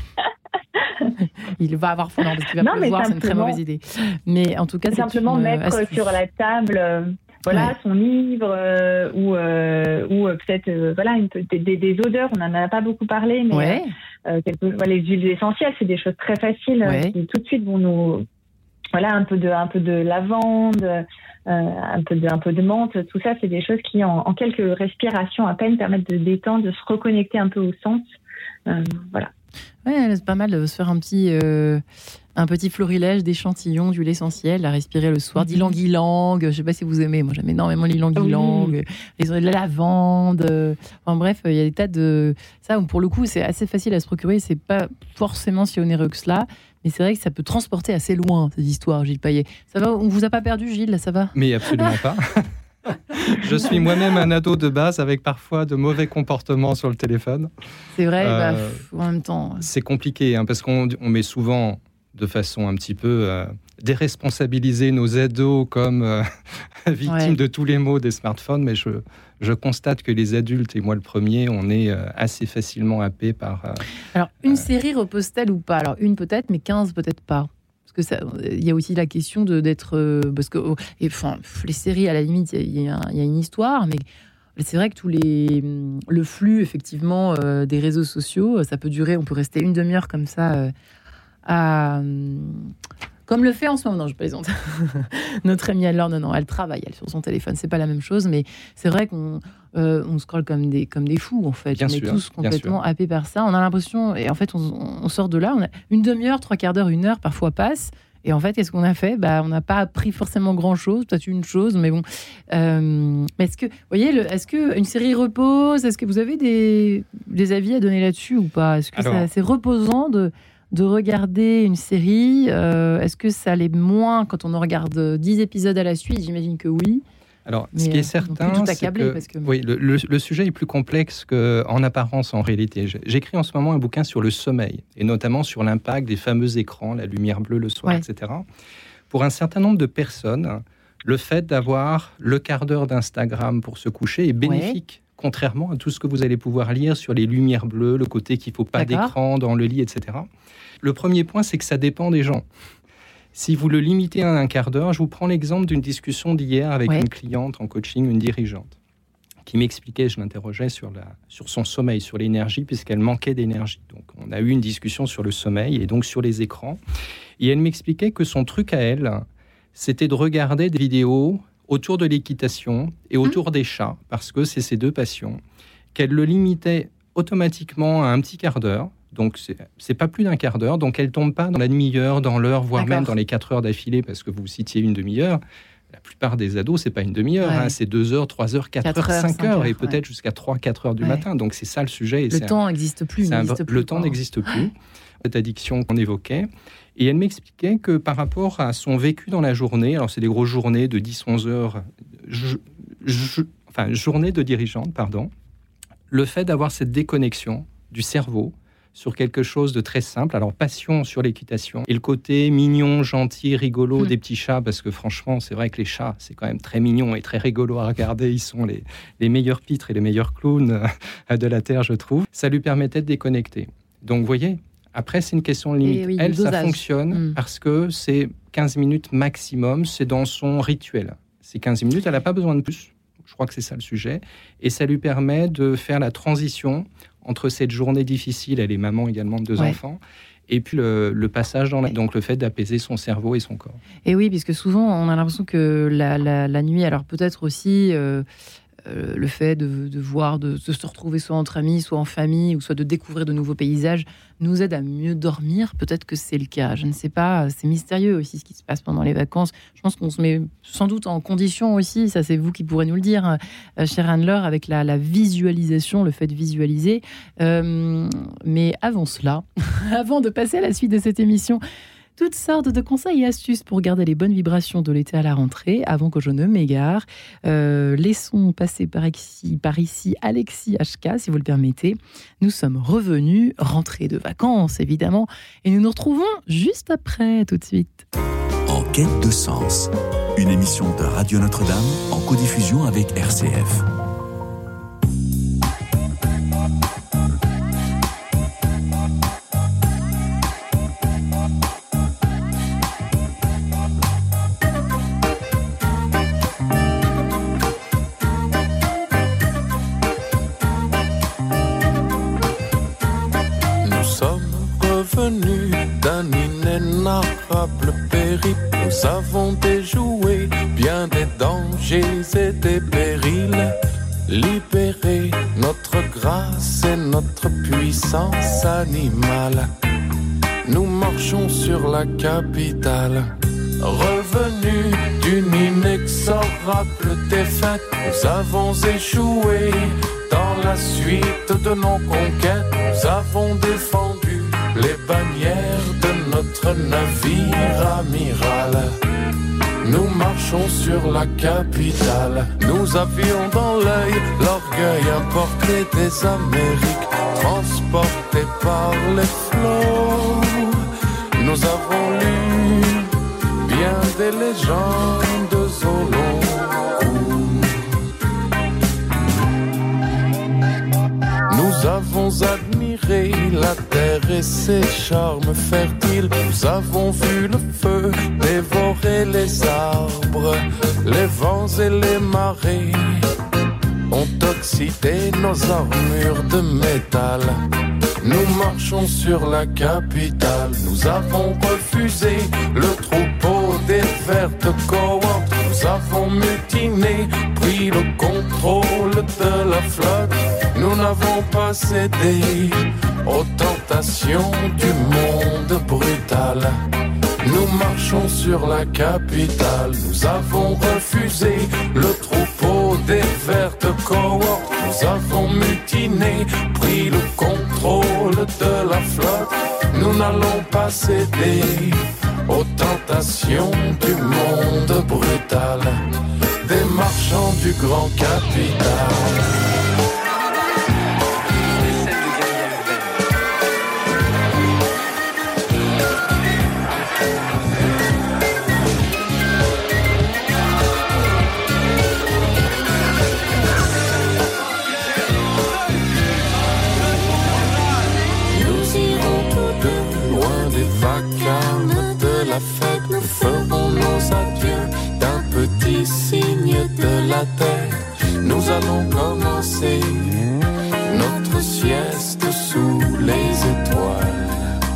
il va avoir froid parce qu'il va pleuvoir. C'est une très mauvaise idée. Mais en tout cas, c'est simplement mettre sur la table, son livre ou peut-être des odeurs. On n'en a pas beaucoup parlé, mais les huiles essentielles, c'est des choses très faciles qui tout de suite vont nous un peu de lavande. Un peu de menthe, tout ça, c'est des choses qui, en quelques respirations à peine, permettent de détendre, de se reconnecter un peu au sens. Voilà. Ouais, c'est pas mal de se faire un petit florilège d'échantillons d'huile essentielle à respirer le soir, d'ylang-ylang. Je sais pas si vous aimez, moi j'aime énormément l'ylang-ylang, la lavande. Enfin bref, il y a des tas de ça où pour le coup c'est assez facile à se procurer. C'est pas forcément si onéreux que cela. Mais c'est vrai que ça peut transporter assez loin, ces histoires, Gilles Payet. Ça va? On vous a pas perdu, Gilles, là, ça va? Mais absolument pas. Je suis moi-même un ado de base avec parfois de mauvais comportements sur le téléphone. C'est vrai, en même temps. C'est compliqué, parce qu'on met souvent, de façon un petit peu déresponsabiliser nos ados comme victimes de tous les maux des smartphones, mais je constate que les adultes, et moi le premier, on est assez facilement happés par... Alors, une série repose-t-elle ou pas? Alors, une peut-être, mais 15 peut-être pas. Parce que il y a aussi la question d'être... parce que les séries, à la limite, il y a une histoire, mais c'est vrai que le flux, effectivement, des réseaux sociaux, ça peut durer, on peut rester une demi-heure comme ça comme le fait en ce moment, non, je plaisante. Notre amie alors, non, elle travaille sur son téléphone, c'est pas la même chose, mais c'est vrai qu'on scrolle comme des fous en fait. On est tous complètement happés par ça. On a l'impression, et en fait, on sort de là, on a une demi-heure, 3/4 d'heure, 1 heure, parfois passe. Et en fait, qu'est-ce qu'on a fait? On n'a pas appris forcément grand-chose, peut-être une chose, mais bon. Mais est-ce que, est-ce qu'une série repose? Est-ce que vous avez des avis à donner là-dessus ou pas? Est-ce que c'est reposant de regarder une série? Est-ce que ça l'est moins quand on en regarde 10 épisodes à la suite? J'imagine que oui. Alors, ce qui est certain, c'est que oui, le sujet est plus complexe qu'en apparence, en réalité. J'écris en ce moment un bouquin sur le sommeil, et notamment sur l'impact des fameux écrans, la lumière bleue le soir, etc. Pour un certain nombre de personnes, le fait d'avoir le quart d'heure d'Instagram pour se coucher est bénéfique, contrairement à tout ce que vous allez pouvoir lire sur les lumières bleues, le côté qu'il ne faut pas d'écran dans le lit, etc. Le premier point, c'est que ça dépend des gens. Si vous le limitez à un quart d'heure, je vous prends l'exemple d'une discussion d'hier avec une cliente en coaching, une dirigeante, qui m'expliquait, je l'interrogeais sur son sommeil, sur l'énergie, puisqu'elle manquait d'énergie. Donc, on a eu une discussion sur le sommeil et donc sur les écrans. Et elle m'expliquait que son truc à elle, c'était de regarder des vidéos autour de l'équitation et autour des chats, parce que c'est ses deux passions, qu'elle le limitait automatiquement à un petit quart d'heure. Donc, c'est pas plus d'un quart d'heure. Donc, elle tombe pas dans la demi-heure, dans l'heure, voire même dans les 4 heures d'affilée, parce que vous citiez une demi-heure. La plupart des ados, c'est pas une demi-heure, c'est 2 heures, 3 heures, 4 heures, 5 heures, et peut-être jusqu'à 3-4 heures du matin. Donc, c'est ça le sujet. Le temps n'existe plus. Le temps n'existe plus. Cette addiction qu'on évoquait. Et elle m'expliquait que par rapport à son vécu dans la journée, alors c'est des grosses journées de 10-11 heures, journée de dirigeante, le fait d'avoir cette déconnexion du cerveau sur quelque chose de très simple, alors passion sur l'équitation, et le côté mignon, gentil, rigolo des petits chats, parce que franchement, c'est vrai que les chats, c'est quand même très mignon et très rigolo à regarder, ils sont les meilleurs pitres et les meilleurs clowns de la Terre, je trouve. Ça lui permettait de déconnecter. Donc, vous voyez, après, c'est une question de limite. Oui, elle, ça fonctionne parce que c'est 15 minutes maximum, c'est dans son rituel. C'est 15 minutes, elle n'a pas besoin de plus. Je crois que c'est ça le sujet. Et ça lui permet de faire la transition entre cette journée difficile, elle est maman également de 2 enfants, et puis le passage donc le fait d'apaiser son cerveau et son corps. Et oui, puisque souvent, on a l'impression que la nuit, alors peut-être aussi... le fait de se retrouver soit entre amis, soit en famille, ou soit de découvrir de nouveaux paysages, nous aide à mieux dormir. Peut-être que c'est le cas, je ne sais pas. C'est mystérieux aussi ce qui se passe pendant les vacances. Je pense qu'on se met sans doute en condition aussi, ça c'est vous qui pourrez nous le dire, chère Anne-Laure, avec la visualisation, le fait de visualiser. Mais avant cela, avant de passer à la suite de cette émission, toutes sortes de conseils et astuces pour garder les bonnes vibrations de l'été à la rentrée, avant que je ne m'égare. Laissons passer par ici Alexis HK, si vous le permettez. Nous sommes revenus, rentrés de vacances évidemment, et nous nous retrouvons juste après, tout de suite. En quête de sens, une émission de Radio Notre-Dame en codiffusion avec RCF. D'un inénarrable périple, nous avons déjoué bien des dangers et des périls, libéré notre grâce et notre puissance animale. Nous marchons sur la capitale, revenus d'une inexorable défaite. Nous avons échoué dans la suite de nos conquêtes. Nous avons défendu les bannières de notre navire amiral. Nous marchons sur la capitale. Nous avions dans l'œil l'orgueil importé des Amériques, transporté par les flots. Nous avons lu bien des légendes au long cours. Nous avons admiré la terre et ses charmes fertiles. Nous avons vu le feu dévorer les arbres. Les vents et les marées ont oxydé nos armures de métal. Nous marchons sur la capitale. Nous avons refusé le troupeau des vertes cohortes. Nous avons mutiné, pris le contrôle de la flotte. Nous n'avons pas cédé aux tentations du monde brutal. Nous marchons sur la capitale. Nous avons refusé le troupeau des vertes cohortes. Nous avons mutiné, pris le contrôle de la flotte. Nous n'allons pas céder aux tentations du monde brutal, des marchands du grand capital. La fête, nous ferons nos adieux d'un petit signe de la terre. Nous allons commencer notre sieste sous les étoiles.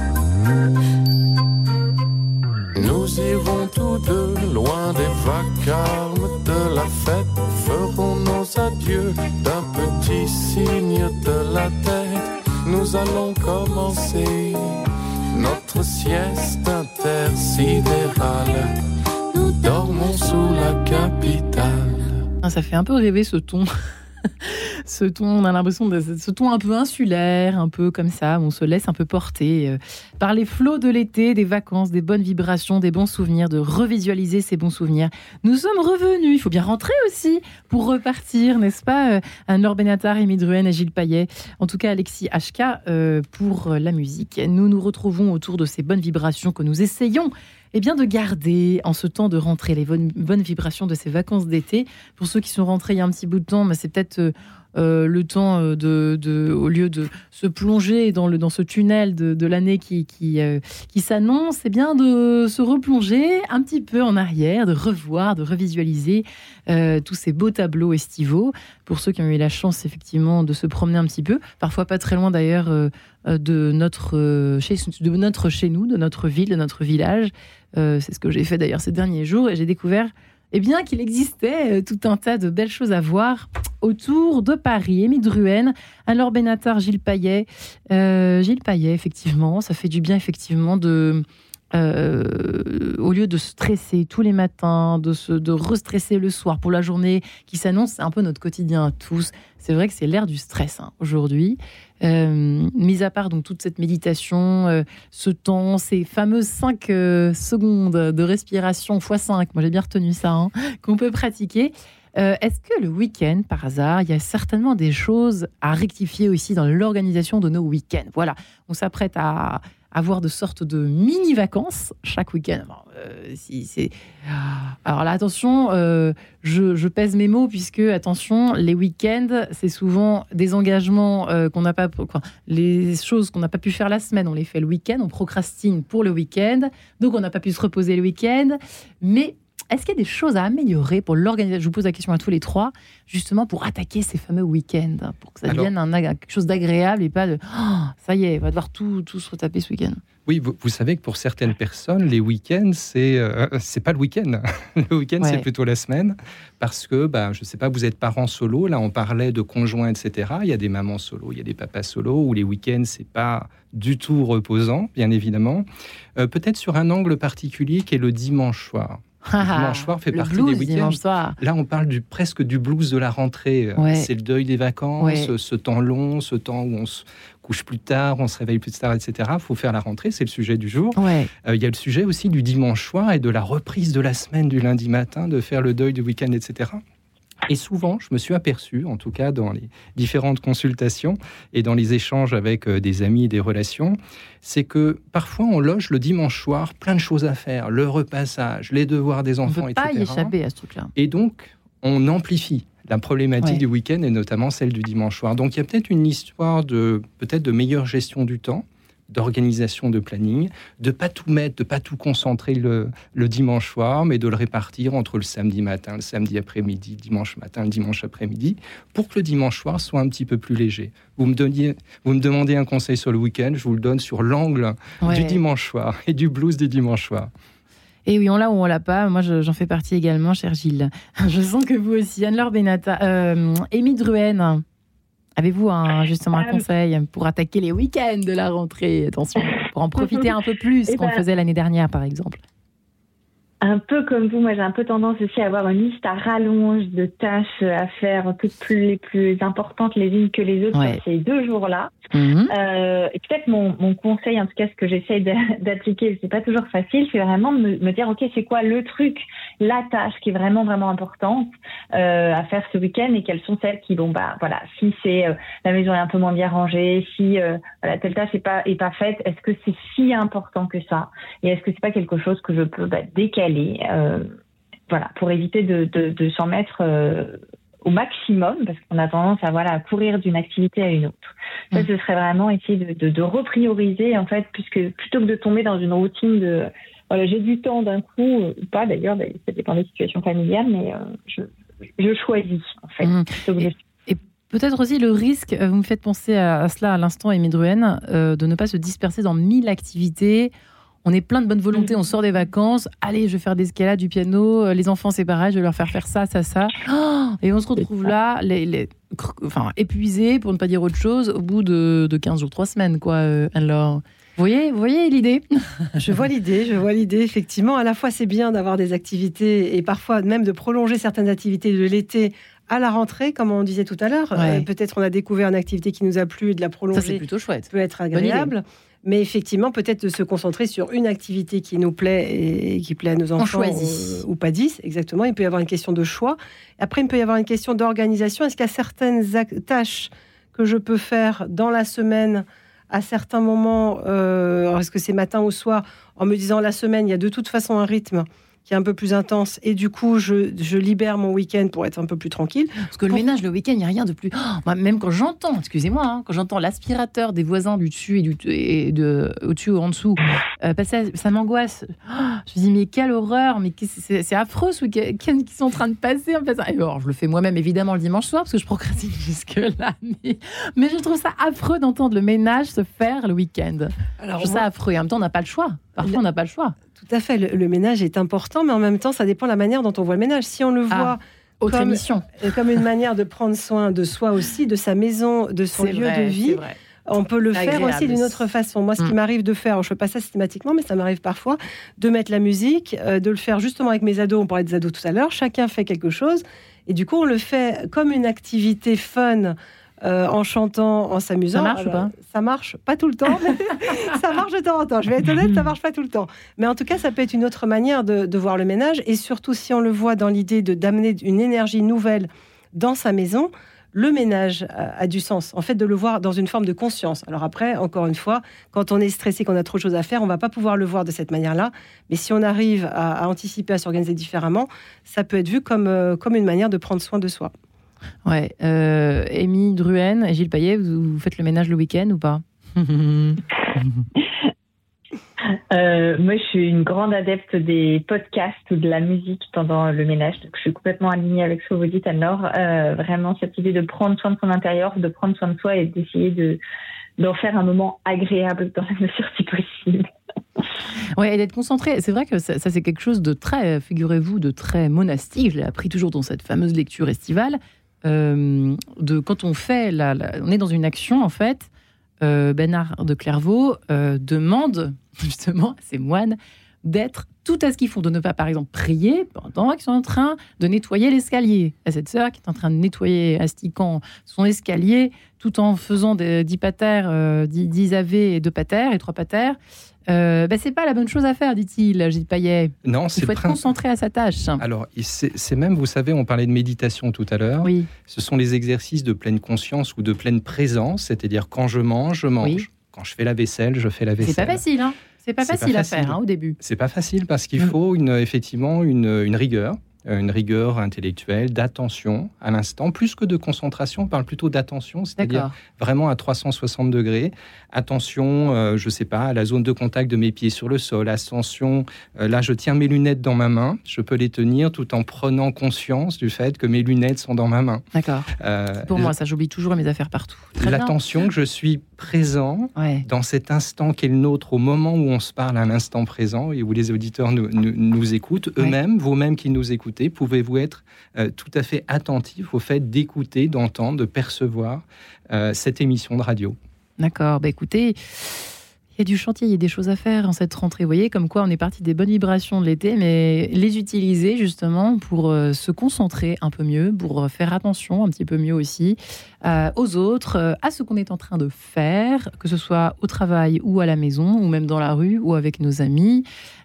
Nous irons tous deux loin des vacarmes de la fête. Nous ferons nos adieux d'un petit signe de la terre. Nous allons commencer notre sieste intersidérale. Nous dormons sous la capitale. Ça fait un peu rêver ce ton. ce ton, on a l'impression de ce ton un peu insulaire, un peu comme ça, on se laisse un peu porter par les flots de l'été, des vacances, des bonnes vibrations, des bons souvenirs, de revisualiser ces bons souvenirs. Nous sommes revenus, il faut bien rentrer aussi pour repartir, n'est-ce pas Anne-Laure Benatar, Émy Druhen et Gilles Payet, en tout cas Alexis HK pour la musique. Nous nous retrouvons autour de ces bonnes vibrations que nous essayons de garder en ce temps de rentrée, les bonnes vibrations de ces vacances d'été. Pour ceux qui sont rentrés il y a un petit bout de temps, c'est peut-être le temps au lieu de se plonger dans ce tunnel de l'année qui s'annonce, c'est bien de se replonger un petit peu en arrière, de revoir, de revisualiser tous ces beaux tableaux estivaux. Pour ceux qui ont eu la chance effectivement de se promener un petit peu, parfois pas très loin d'ailleurs de notre chez nous, de notre ville, de notre village. C'est ce que j'ai fait d'ailleurs ces derniers jours et j'ai découvert qu'il existait tout un tas de belles choses à voir autour de Paris. Émy Druhen, Anne-Laure Benatar, Gilles Payet. Gilles Payet, effectivement, ça fait du bien effectivement au lieu de stresser tous les matins, de restresser le soir pour la journée qui s'annonce, c'est un peu notre quotidien à tous. C'est vrai que c'est l'ère du stress aujourd'hui. Mis à part donc toute cette méditation, ce temps, ces fameuses 5 secondes de respiration x5, moi j'ai bien retenu ça, qu'on peut pratiquer. Est-ce que le week-end, par hasard, il y a certainement des choses à rectifier aussi dans l'organisation de nos week-ends ? Voilà, on s'apprête à avoir de sortes de mini-vacances chaque week-end. Alors là, attention, je pèse mes mots puisque, attention, les week-ends, c'est souvent des engagements qu'on n'a pas... Les choses qu'on n'a pas pu faire la semaine, on les fait le week-end, on procrastine pour le week-end, donc on n'a pas pu se reposer le week-end. Mais est-ce qu'il y a des choses à améliorer pour l'organisation ? Je vous pose la question à tous les trois, justement pour attaquer ces fameux week-ends, pour que ça devienne quelque chose d'agréable et pas de ça y est, on va devoir tout se retaper ce week-end. Oui, vous savez que pour certaines personnes, les week-ends, c'est pas le week-end. Le week-end, c'est plutôt la semaine. Parce que, je sais pas, vous êtes parents solo, là on parlait de conjoints, etc. Il y a des mamans solo, il y a des papas solo, où les week-ends, c'est pas du tout reposant, bien évidemment. Peut-être sur un angle particulier qui est le dimanche soir. Le dimanche soir fait partie des week-ends. Là, on parle presque du blues de la rentrée. Ouais. C'est le deuil des vacances, ce temps long, ce temps où on se couche plus tard, on se réveille plus tard, etc. Il faut faire la rentrée, c'est le sujet du jour. Il y a le sujet aussi du dimanche soir et de la reprise de la semaine du lundi matin, de faire le deuil du week-end, etc. Et souvent, je me suis aperçu, en tout cas dans les différentes consultations et dans les échanges avec des amis et des relations, c'est que parfois on loge le dimanche soir plein de choses à faire, le repassage, les devoirs des enfants, etc. On ne peut pas y échapper à ce truc-là. Et donc, on amplifie la problématique du week-end et notamment celle du dimanche soir. Donc, il y a peut-être une histoire de meilleure gestion du temps, d'organisation de planning, de pas tout mettre, de pas tout concentrer le dimanche soir, mais de le répartir entre le samedi matin, le samedi après-midi, le dimanche matin, le dimanche après-midi, pour que le dimanche soir soit un petit peu plus léger. Vous me demandez un conseil sur le week-end, je vous le donne sur l'angle du dimanche soir et du blues du dimanche soir. Et oui, on l'a ou on l'a pas. Moi, j'en fais partie également, cher Gilles. Je sens que vous aussi. Anne-Laure Benatar, Émy Druhen, avez-vous un conseil pour attaquer les week-ends de la rentrée ? Attention, pour en profiter un peu plus qu'on faisait l'année dernière, par exemple. Un peu comme vous, moi j'ai un peu tendance aussi à avoir une liste à rallonge de tâches à faire, toutes les plus importantes les unes que les autres sur ces 2 jours-là. Et peut-être mon conseil, en tout cas ce que j'essaye d'appliquer, c'est pas toujours facile, c'est vraiment de me dire ok, c'est quoi le truc, la tâche qui est vraiment vraiment importante à faire ce week-end, et quelles sont celles qui si c'est la maison est un peu moins bien rangée, si telle tâche est pas faite, est-ce que c'est si important que ça, et est-ce que c'est pas quelque chose que je peux décaler pour éviter de s'en mettre au maximum, parce qu'on a tendance à courir d'une activité à une autre. Ça, ce serait vraiment essayer de reprioriser, en fait, puisque plutôt que de tomber dans une routine de j'ai du temps d'un coup, ou pas d'ailleurs, ça dépend des situations familiales, mais je choisis, en fait. Et peut-être aussi le risque, vous me faites penser à cela à l'instant, Émy Druhen, de ne pas se disperser dans 1000 activités. On est plein de bonne volonté, on sort des vacances. Allez, je vais faire des escalades, du piano. Les enfants, c'est pareil, je vais leur faire ça. Et on se retrouve là, épuisés, pour ne pas dire autre chose, au bout de 15 jours, 3 semaines, quoi. Alors, vous voyez l'idée ? Je vois l'idée, effectivement. À la fois, c'est bien d'avoir des activités et parfois même de prolonger certaines activités de l'été À la rentrée, comme on disait tout à l'heure, peut-être on a découvert une activité qui nous a plu et de la prolonger. Ça, c'est plutôt chouette. Peut être agréable. Mais effectivement, peut-être de se concentrer sur une activité qui nous plaît et qui plaît à nos enfants ou pas 10, exactement. Il peut y avoir une question de choix. Après, il peut y avoir une question d'organisation. Est-ce qu'il y a certaines tâches que je peux faire dans la semaine à certains moments, est-ce que c'est matin ou soir, en me disant la semaine, il y a de toute façon un rythme qui est un peu plus intense, et du coup, je libère mon week-end pour être un peu plus tranquille. Parce que le ménage, le week-end, il n'y a rien de plus... moi, même quand j'entends, quand j'entends l'aspirateur des voisins du dessus et au-dessus ou en dessous, passer, ça m'angoisse. Je me dis, mais quelle horreur, mais c'est affreux ce week-end qui sont en train de passer. En fait. Et alors, je le fais moi-même, évidemment, le dimanche soir, parce que je procrastine jusque-là. Mais je trouve ça affreux d'entendre le ménage se faire le week-end. Alors, je trouve ça affreux. Et en même temps, on n'a pas le choix. Parfois, on n'a pas le choix. Tout à fait. Le ménage est important, mais en même temps, ça dépend de la manière dont on voit le ménage. Si on le voit comme une manière de prendre soin de soi aussi, de sa maison, de son lieu de vie, on peut le faire aussi d'une autre façon. Moi, ce qui m'arrive de faire, je ne fais pas ça systématiquement, mais ça m'arrive parfois, de mettre la musique, de le faire justement avec mes ados. On parlait des ados tout à l'heure. Chacun fait quelque chose. Et du coup, on le fait comme une activité fun, en chantant, en s'amusant. Ça marche ou pas ? Ça marche pas tout le temps, mais ça marche de temps en temps. Je vais être honnête, ça marche pas tout le temps. Mais en tout cas, ça peut être une autre manière de voir le ménage, et surtout si on le voit dans l'idée d'amener une énergie nouvelle dans sa maison, le ménage a du sens. En fait, de le voir dans une forme de conscience. Alors après, encore une fois, quand on est stressé, qu'on a trop de choses à faire, on va pas pouvoir le voir de cette manière-là. Mais si on arrive à anticiper, à s'organiser différemment, ça peut être vu comme une manière de prendre soin de soi. Ouais, Amy Druhen et Gilles Payet, vous faites le ménage le week-end ou pas ? Moi, je suis une grande adepte des podcasts ou de la musique pendant le ménage. Donc, je suis complètement alignée avec ce que vous dites, Anne-Laure. Vraiment, cette idée de prendre soin de son intérieur, de prendre soin de soi et d'essayer d'en faire un moment agréable dans la mesure si possible. Ouais, et d'être concentré. C'est vrai que ça c'est quelque chose de très, figurez-vous, de très monastique. Je l'ai appris toujours dans cette fameuse lecture estivale. Quand on fait, on est dans une action, en fait. Bernard de Clairvaux demande justement à ses moines d'être tout à ce qu'ils font, de ne pas, par exemple, prier pendant qu'ils sont en train de nettoyer l'escalier. À cette sœur qui est en train de nettoyer, astiquant son escalier, tout en faisant 10 patères, 10 avés et 2 patères et 3 patères. C'est pas la bonne chose à faire, dit-il, Gilles Payet. Non, il faut être concentré à sa tâche. Alors, c'est même, vous savez, on parlait de méditation tout à l'heure. Oui. Ce sont les exercices de pleine conscience ou de pleine présence, c'est-à-dire quand je mange, je mange. Oui. Quand je fais la vaisselle, je fais la vaisselle. C'est pas facile, hein. C'est pas facile à faire au début. C'est pas facile parce qu'il faut effectivement une rigueur. Une rigueur intellectuelle, d'attention à l'instant, plus que de concentration, on parle plutôt d'attention, c'est-à-dire vraiment à 360 degrés. Attention, je ne sais pas, à la zone de contact de mes pieds sur le sol. Attention, là je tiens mes lunettes dans ma main, je peux les tenir tout en prenant conscience du fait que mes lunettes sont dans ma main. D'accord. Pour moi, ça, j'oublie toujours mes affaires partout. L'attention que je suis présent dans cet instant qu'est le nôtre, au moment où on se parle à l'instant présent et où les auditeurs nous écoutent, eux-mêmes, vous-mêmes qui nous écoutez, pouvez-vous être tout à fait attentif au fait d'écouter, d'entendre, de percevoir cette émission de radio. D'accord, écoutez, il y a du chantier, il y a des choses à faire en cette rentrée. Vous voyez, comme quoi on est parti des bonnes vibrations de l'été, mais les utiliser justement pour se concentrer un peu mieux, pour faire attention un petit peu mieux aussi aux autres, à ce qu'on est en train de faire, que ce soit au travail ou à la maison, ou même dans la rue, ou avec nos amis.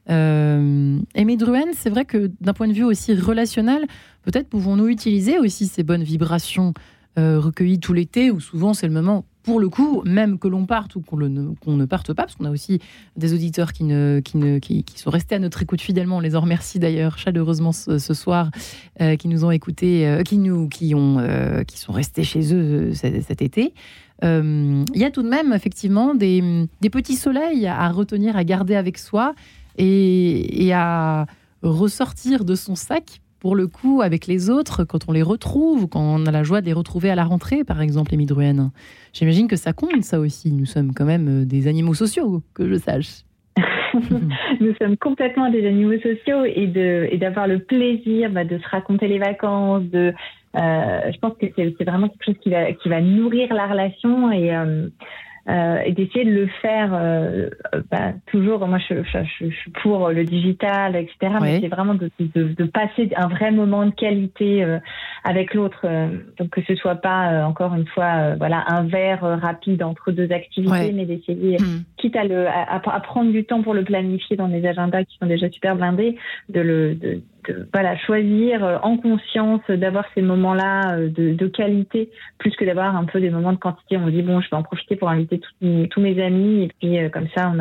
Amy Druhen, c'est vrai que d'un point de vue aussi relationnel, peut-être pouvons-nous utiliser aussi ces bonnes vibrations recueillies tout l'été, où souvent c'est le moment, pour le coup, même que l'on parte ou qu'on ne parte pas, parce qu'on a aussi des auditeurs qui sont restés à notre écoute fidèlement. On les en remercie d'ailleurs chaleureusement ce soir, qui nous ont écoutés, qui sont restés chez eux cet été. Il y a tout de même effectivement des petits soleils à retenir, à garder avec soi et à ressortir de son sac, pour le coup, avec les autres, quand on les retrouve, quand on a la joie de les retrouver à la rentrée, par exemple, Amy Druhen. J'imagine que ça compte, ça aussi. Nous sommes quand même des animaux sociaux, que je sache. Nous sommes complètement des animaux sociaux et d'avoir le plaisir de se raconter les vacances. Je pense que c'est vraiment quelque chose qui va nourrir la relation et et d'essayer de le faire toujours. Moi, je suis pour le digital, etc. Mais c'est vraiment de passer un vrai moment de qualité avec l'autre. Donc que ce soit pas encore une fois un verre rapide entre deux activités, mais d'essayer, quitte à prendre du temps pour le planifier dans des agendas qui sont déjà super blindés, de choisir en conscience d'avoir ces moments-là de qualité, plus que d'avoir un peu des moments de quantité. On se dit je vais en profiter pour inviter tous mes amis, et puis comme ça on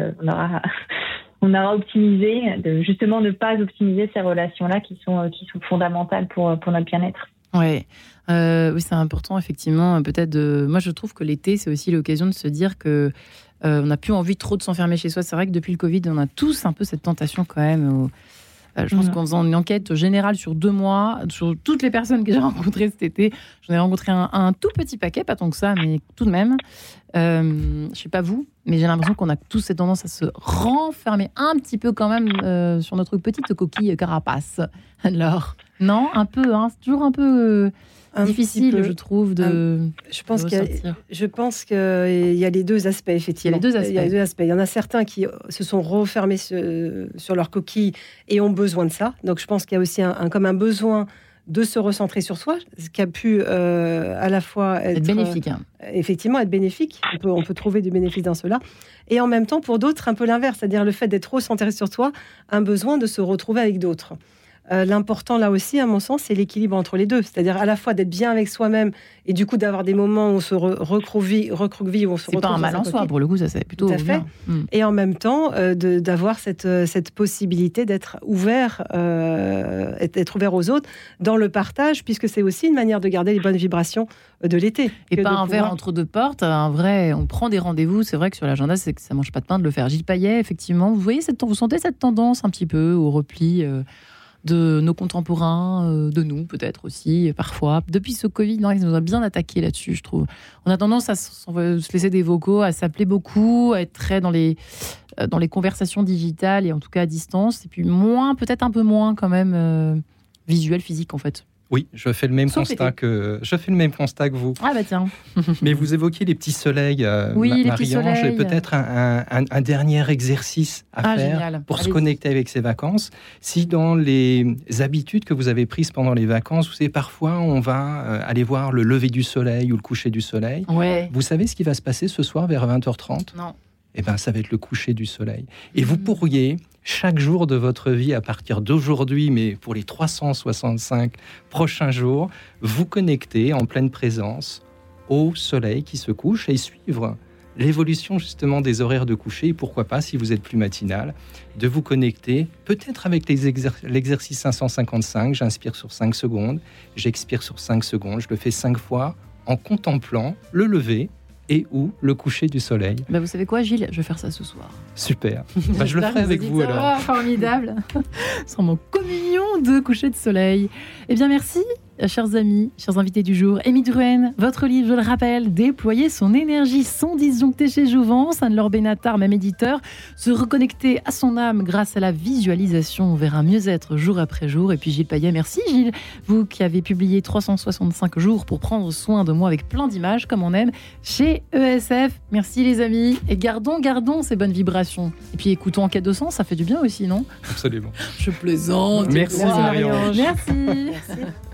aura optimisé, de justement ne pas optimiser ces relations-là qui sont fondamentales pour notre bien-être. Oui, c'est important effectivement. Peut-être moi je trouve que l'été c'est aussi l'occasion de se dire que on n'a plus envie trop de s'enfermer chez soi. C'est vrai que depuis le Covid on a tous un peu cette tentation quand même. Je pense qu'en faisant une enquête générale sur 2 mois, sur toutes les personnes que j'ai rencontrées cet été, j'en ai rencontré un tout petit paquet, pas tant que ça, mais tout de même. Je ne sais pas vous, mais j'ai l'impression qu'on a tous cette tendance à se renfermer un petit peu quand même sur notre petite coquille carapace. Alors, non, un peu, c'est toujours un peu difficile, je trouve, je pense qu'il y a les deux aspects, effectivement. Il y a les deux aspects. Il y en a certains qui se sont refermés sur leur coquille et ont besoin de ça. Donc, je pense qu'il y a aussi un besoin de se recentrer sur soi, ce qui a pu à la fois être bénéfique. Effectivement, être bénéfique. On peut trouver du bénéfice dans cela. Et en même temps, pour d'autres, un peu l'inverse. C'est-à-dire le fait d'être trop centré sur soi, un besoin de se retrouver avec d'autres. L'important là aussi, à mon sens, c'est l'équilibre entre les deux. C'est-à-dire à la fois d'être bien avec soi-même et du coup d'avoir des moments où on se recroqueville, où on se retrouve. C'est pas un mal en soi, pour le coup, ça c'est plutôt tout à fait. Et en même temps, d'avoir cette possibilité d'être ouvert, d'être ouvert aux autres dans le partage, puisque c'est aussi une manière de garder les bonnes vibrations de l'été. Et pas un verre entre deux portes, on prend des rendez-vous. C'est vrai que sur l'agenda, c'est que ça mange pas de pain de le faire. Gilles Payet, effectivement, vous sentez cette tendance un petit peu au repli de nos contemporains, de nous peut-être aussi, parfois. Depuis ce Covid, ils nous ont bien attaqué là-dessus, je trouve. On a tendance à se laisser des vocaux, à s'appeler beaucoup, à être très dans les conversations digitales et en tout cas à distance. Et puis peut-être un peu moins quand même visuel, physique en fait. Oui, je fais le même constat que vous. Ah bah tiens. Mais vous évoquiez les petits soleils, Marie-Ange. J'ai peut-être un dernier exercice à faire pour se connecter avec ses vacances. Si dans les habitudes que vous avez prises pendant les vacances, vous savez, parfois on va aller voir le lever du soleil ou le coucher du soleil. Ouais. Vous savez ce qui va se passer ce soir vers 20h30 ? Non. Eh bien, ça va être le coucher du soleil. Et vous pourriez, chaque jour de votre vie, à partir d'aujourd'hui, mais pour les 365 prochains jours, vous connecter en pleine présence au soleil qui se couche et suivre l'évolution justement des horaires de coucher. Et pourquoi pas, si vous êtes plus matinal, de vous connecter, peut-être avec l'exercice 555, j'inspire sur 5 secondes, j'expire sur 5 secondes, je le fais 5 fois en contemplant le lever et ou le coucher du soleil. Vous savez quoi, Gilles ? Je vais faire ça ce soir. Super. Je le ferai avec vous alors. Formidable. Sans mon communion de coucher de soleil. Eh bien, merci, chers amis, chers invités du jour. Amy Drouhen, votre livre, je le rappelle, Déployer son énergie sans disjoncter chez Jouvence. Anne-Laure Benatar, même éditeur. Se reconnecter à son âme grâce à la visualisation vers un mieux-être jour après jour. Et puis Gilles Payet, merci Gilles. Vous qui avez publié 365 jours pour prendre soin de moi avec plein d'images, comme on aime, chez ESF. Merci les amis. Et gardons ces bonnes vibrations. Et puis écoutons En quête de sens, ça fait du bien aussi, non ? Absolument. Je plaisante. Merci Marie-Ange. Merci.